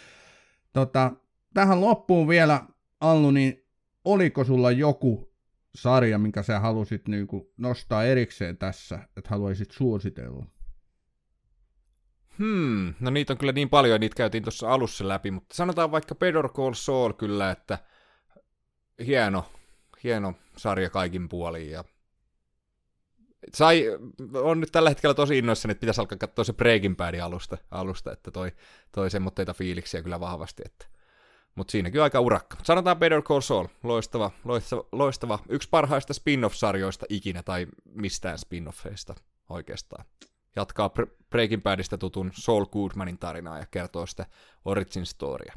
Tähän loppuun vielä, Allu, niin oliko sulla joku sarja, minkä sä halusit niinku nostaa erikseen tässä, että haluaisit suositella? No niitä on kyllä niin paljon, ja niitä käytiin tuossa alussa läpi, mutta sanotaan vaikka Better Call Saul kyllä, että hieno sarja kaikin puolin, ja on nyt tällä hetkellä tosi innoissani, että pitäisi alkaa katsoa se Breaking Badin alusta, että toi semmoitteita fiiliksiä kyllä vahvasti, mutta siinäkin on aika urakka. Sanotaan Better Call Saul, loistava, yksi parhaista spin-off-sarjoista ikinä, tai mistään spin-offeista oikeastaan. Jatkaa Breaking Badista tutun Saul Goodmanin tarinaa ja kertoo sitä origin storya.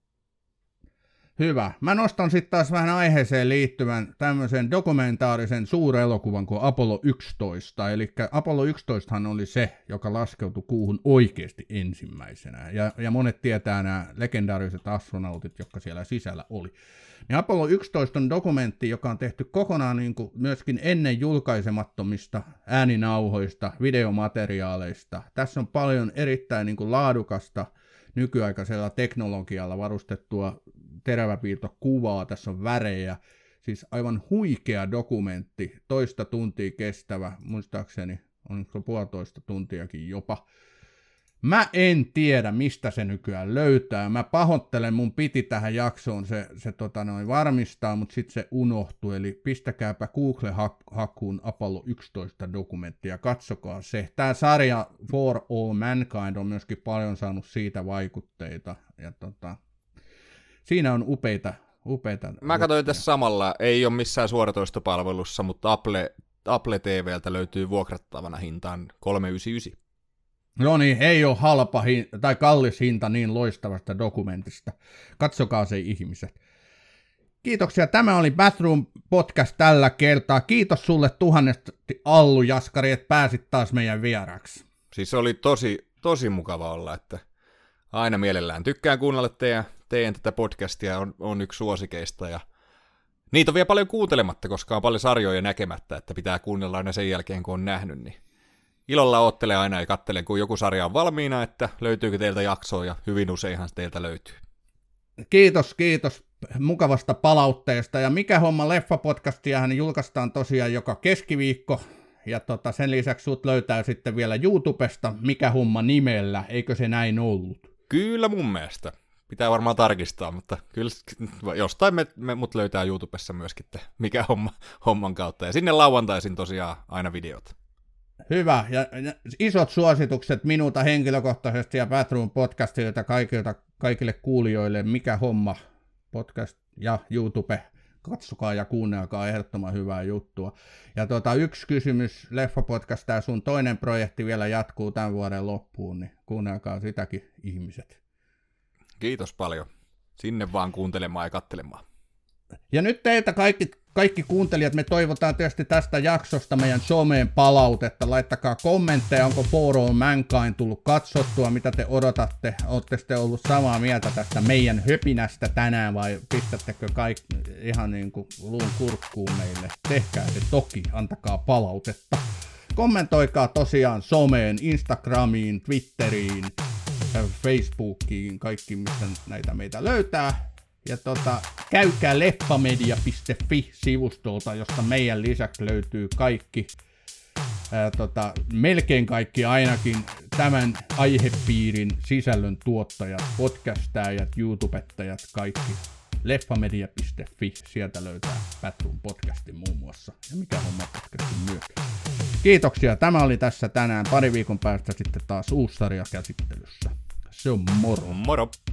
Hyvä. Mä nostan sitten taas vähän aiheeseen liittyvän tämmöisen dokumentaarisen suurelokuvan kuin Apollo 11. Eli Apollo 11han oli se, joka laskeutui kuuhun oikeasti ensimmäisenä. Ja monet tietää nämä legendaariset astronautit, jotka siellä sisällä oli. Niin Apollo 11 on dokumentti, joka on tehty kokonaan niin kuin myöskin ennen julkaisemattomista ääninauhoista, videomateriaaleista. Tässä on paljon erittäin niin kuin laadukasta nykyaikaisella teknologialla varustettua teräväpiirtokuvaa, tässä on värejä, siis aivan huikea dokumentti, 1 tuntia kestävä, muistaakseni on 1,5 tuntiakin jopa. Mä en tiedä, mistä se nykyään löytää. Mä pahoittelen, mun piti tähän jaksoon se varmistaa, mutta sitten se unohtui. Eli pistäkääpä Google-hakuun Apollo 11 dokumentti ja katsokaa se. Tämä sarja For All Mankind on myöskin paljon saanut siitä vaikutteita. Ja siinä on upeita. Mä katsoin tässä samalla, ei ole missään suoratoistopalvelussa, mutta Apple TVltä löytyy vuokrattavana hintaan 399. No niin, ei ole halpa tai kallis hinta niin loistavasta dokumentista. Katsokaa se, ihmiset. Kiitoksia. Tämä oli Batroom podcast tällä kertaa. Kiitos sulle tuhannesti, Allu Jaskari, että pääsit taas meidän vieraksi. Siis oli tosi mukava olla, että aina mielellään tykkään kuunnella teidän tätä podcastia, on yksi suosikeista, ja niitä on vielä paljon kuuntelematta, koska on paljon sarjoja näkemättä, että pitää kuunnella aina sen jälkeen, kun on nähnyt, niin ilolla oottelee aina ja katselen, kun joku sarja on valmiina, että löytyykö teiltä jaksoa, ja hyvin useinhan teiltä löytyy. Kiitos mukavasta palautteesta, ja Mikä homma leffapodcastiahan julkaistaan tosiaan joka keskiviikko, ja sen lisäksi sut löytää sitten vielä YouTubesta Mikä homma nimellä, eikö se näin ollut? Kyllä mun mielestä. Pitää varmaan tarkistaa, mutta kyllä jostain mut löytää YouTubessa myöskin Mikä homman kautta, ja sinne lauantaisin tosiaan aina videot. Hyvä, ja isot suositukset minulta henkilökohtaisesti ja Batroom podcastilta kaikille kuulijoille, Mikä homma podcast ja YouTube katsokaa ja kuunnelkaa, ehdottoman hyvää juttua. Ja yksi kysymys, Leffapodcast, tämä sun toinen projekti vielä jatkuu tämän vuoden loppuun, niin kuunnelkaa sitäkin ihmiset. Kiitos paljon. Sinne vaan kuuntelemaan ja katselemaan. Ja nyt teiltä kaikki kuuntelijat, me toivotaan tietysti tästä jaksosta meidän someen palautetta. Laittakaa kommentteja, onko For All Mankind tullut katsottua, mitä te odotatte. Olette te ollut samaa mieltä tästä meidän höpinästä tänään vai pistättekö kaikki ihan niin kuin luun kurkkuun meille? Tehkää se toki, antakaa palautetta. Kommentoikaa tosiaan someen, Instagramiin, Twitteriin, Facebookiin, kaikki mistä näitä meitä löytää. Ja käykää leffamedia.fi-sivustolta, josta meidän lisäksi löytyy kaikki, melkein kaikki ainakin tämän aihepiirin sisällön tuottajat, podcastajat, YouTubettajat, kaikki. Leffamedia.fi, sieltä löytää Batroom podcastin muun muassa, ja mikä homma podcastin myös. Kiitoksia, tämä oli tässä tänään, pari viikon päästä sitten taas uusi sarja käsittelyssä. Se on moro. Moro.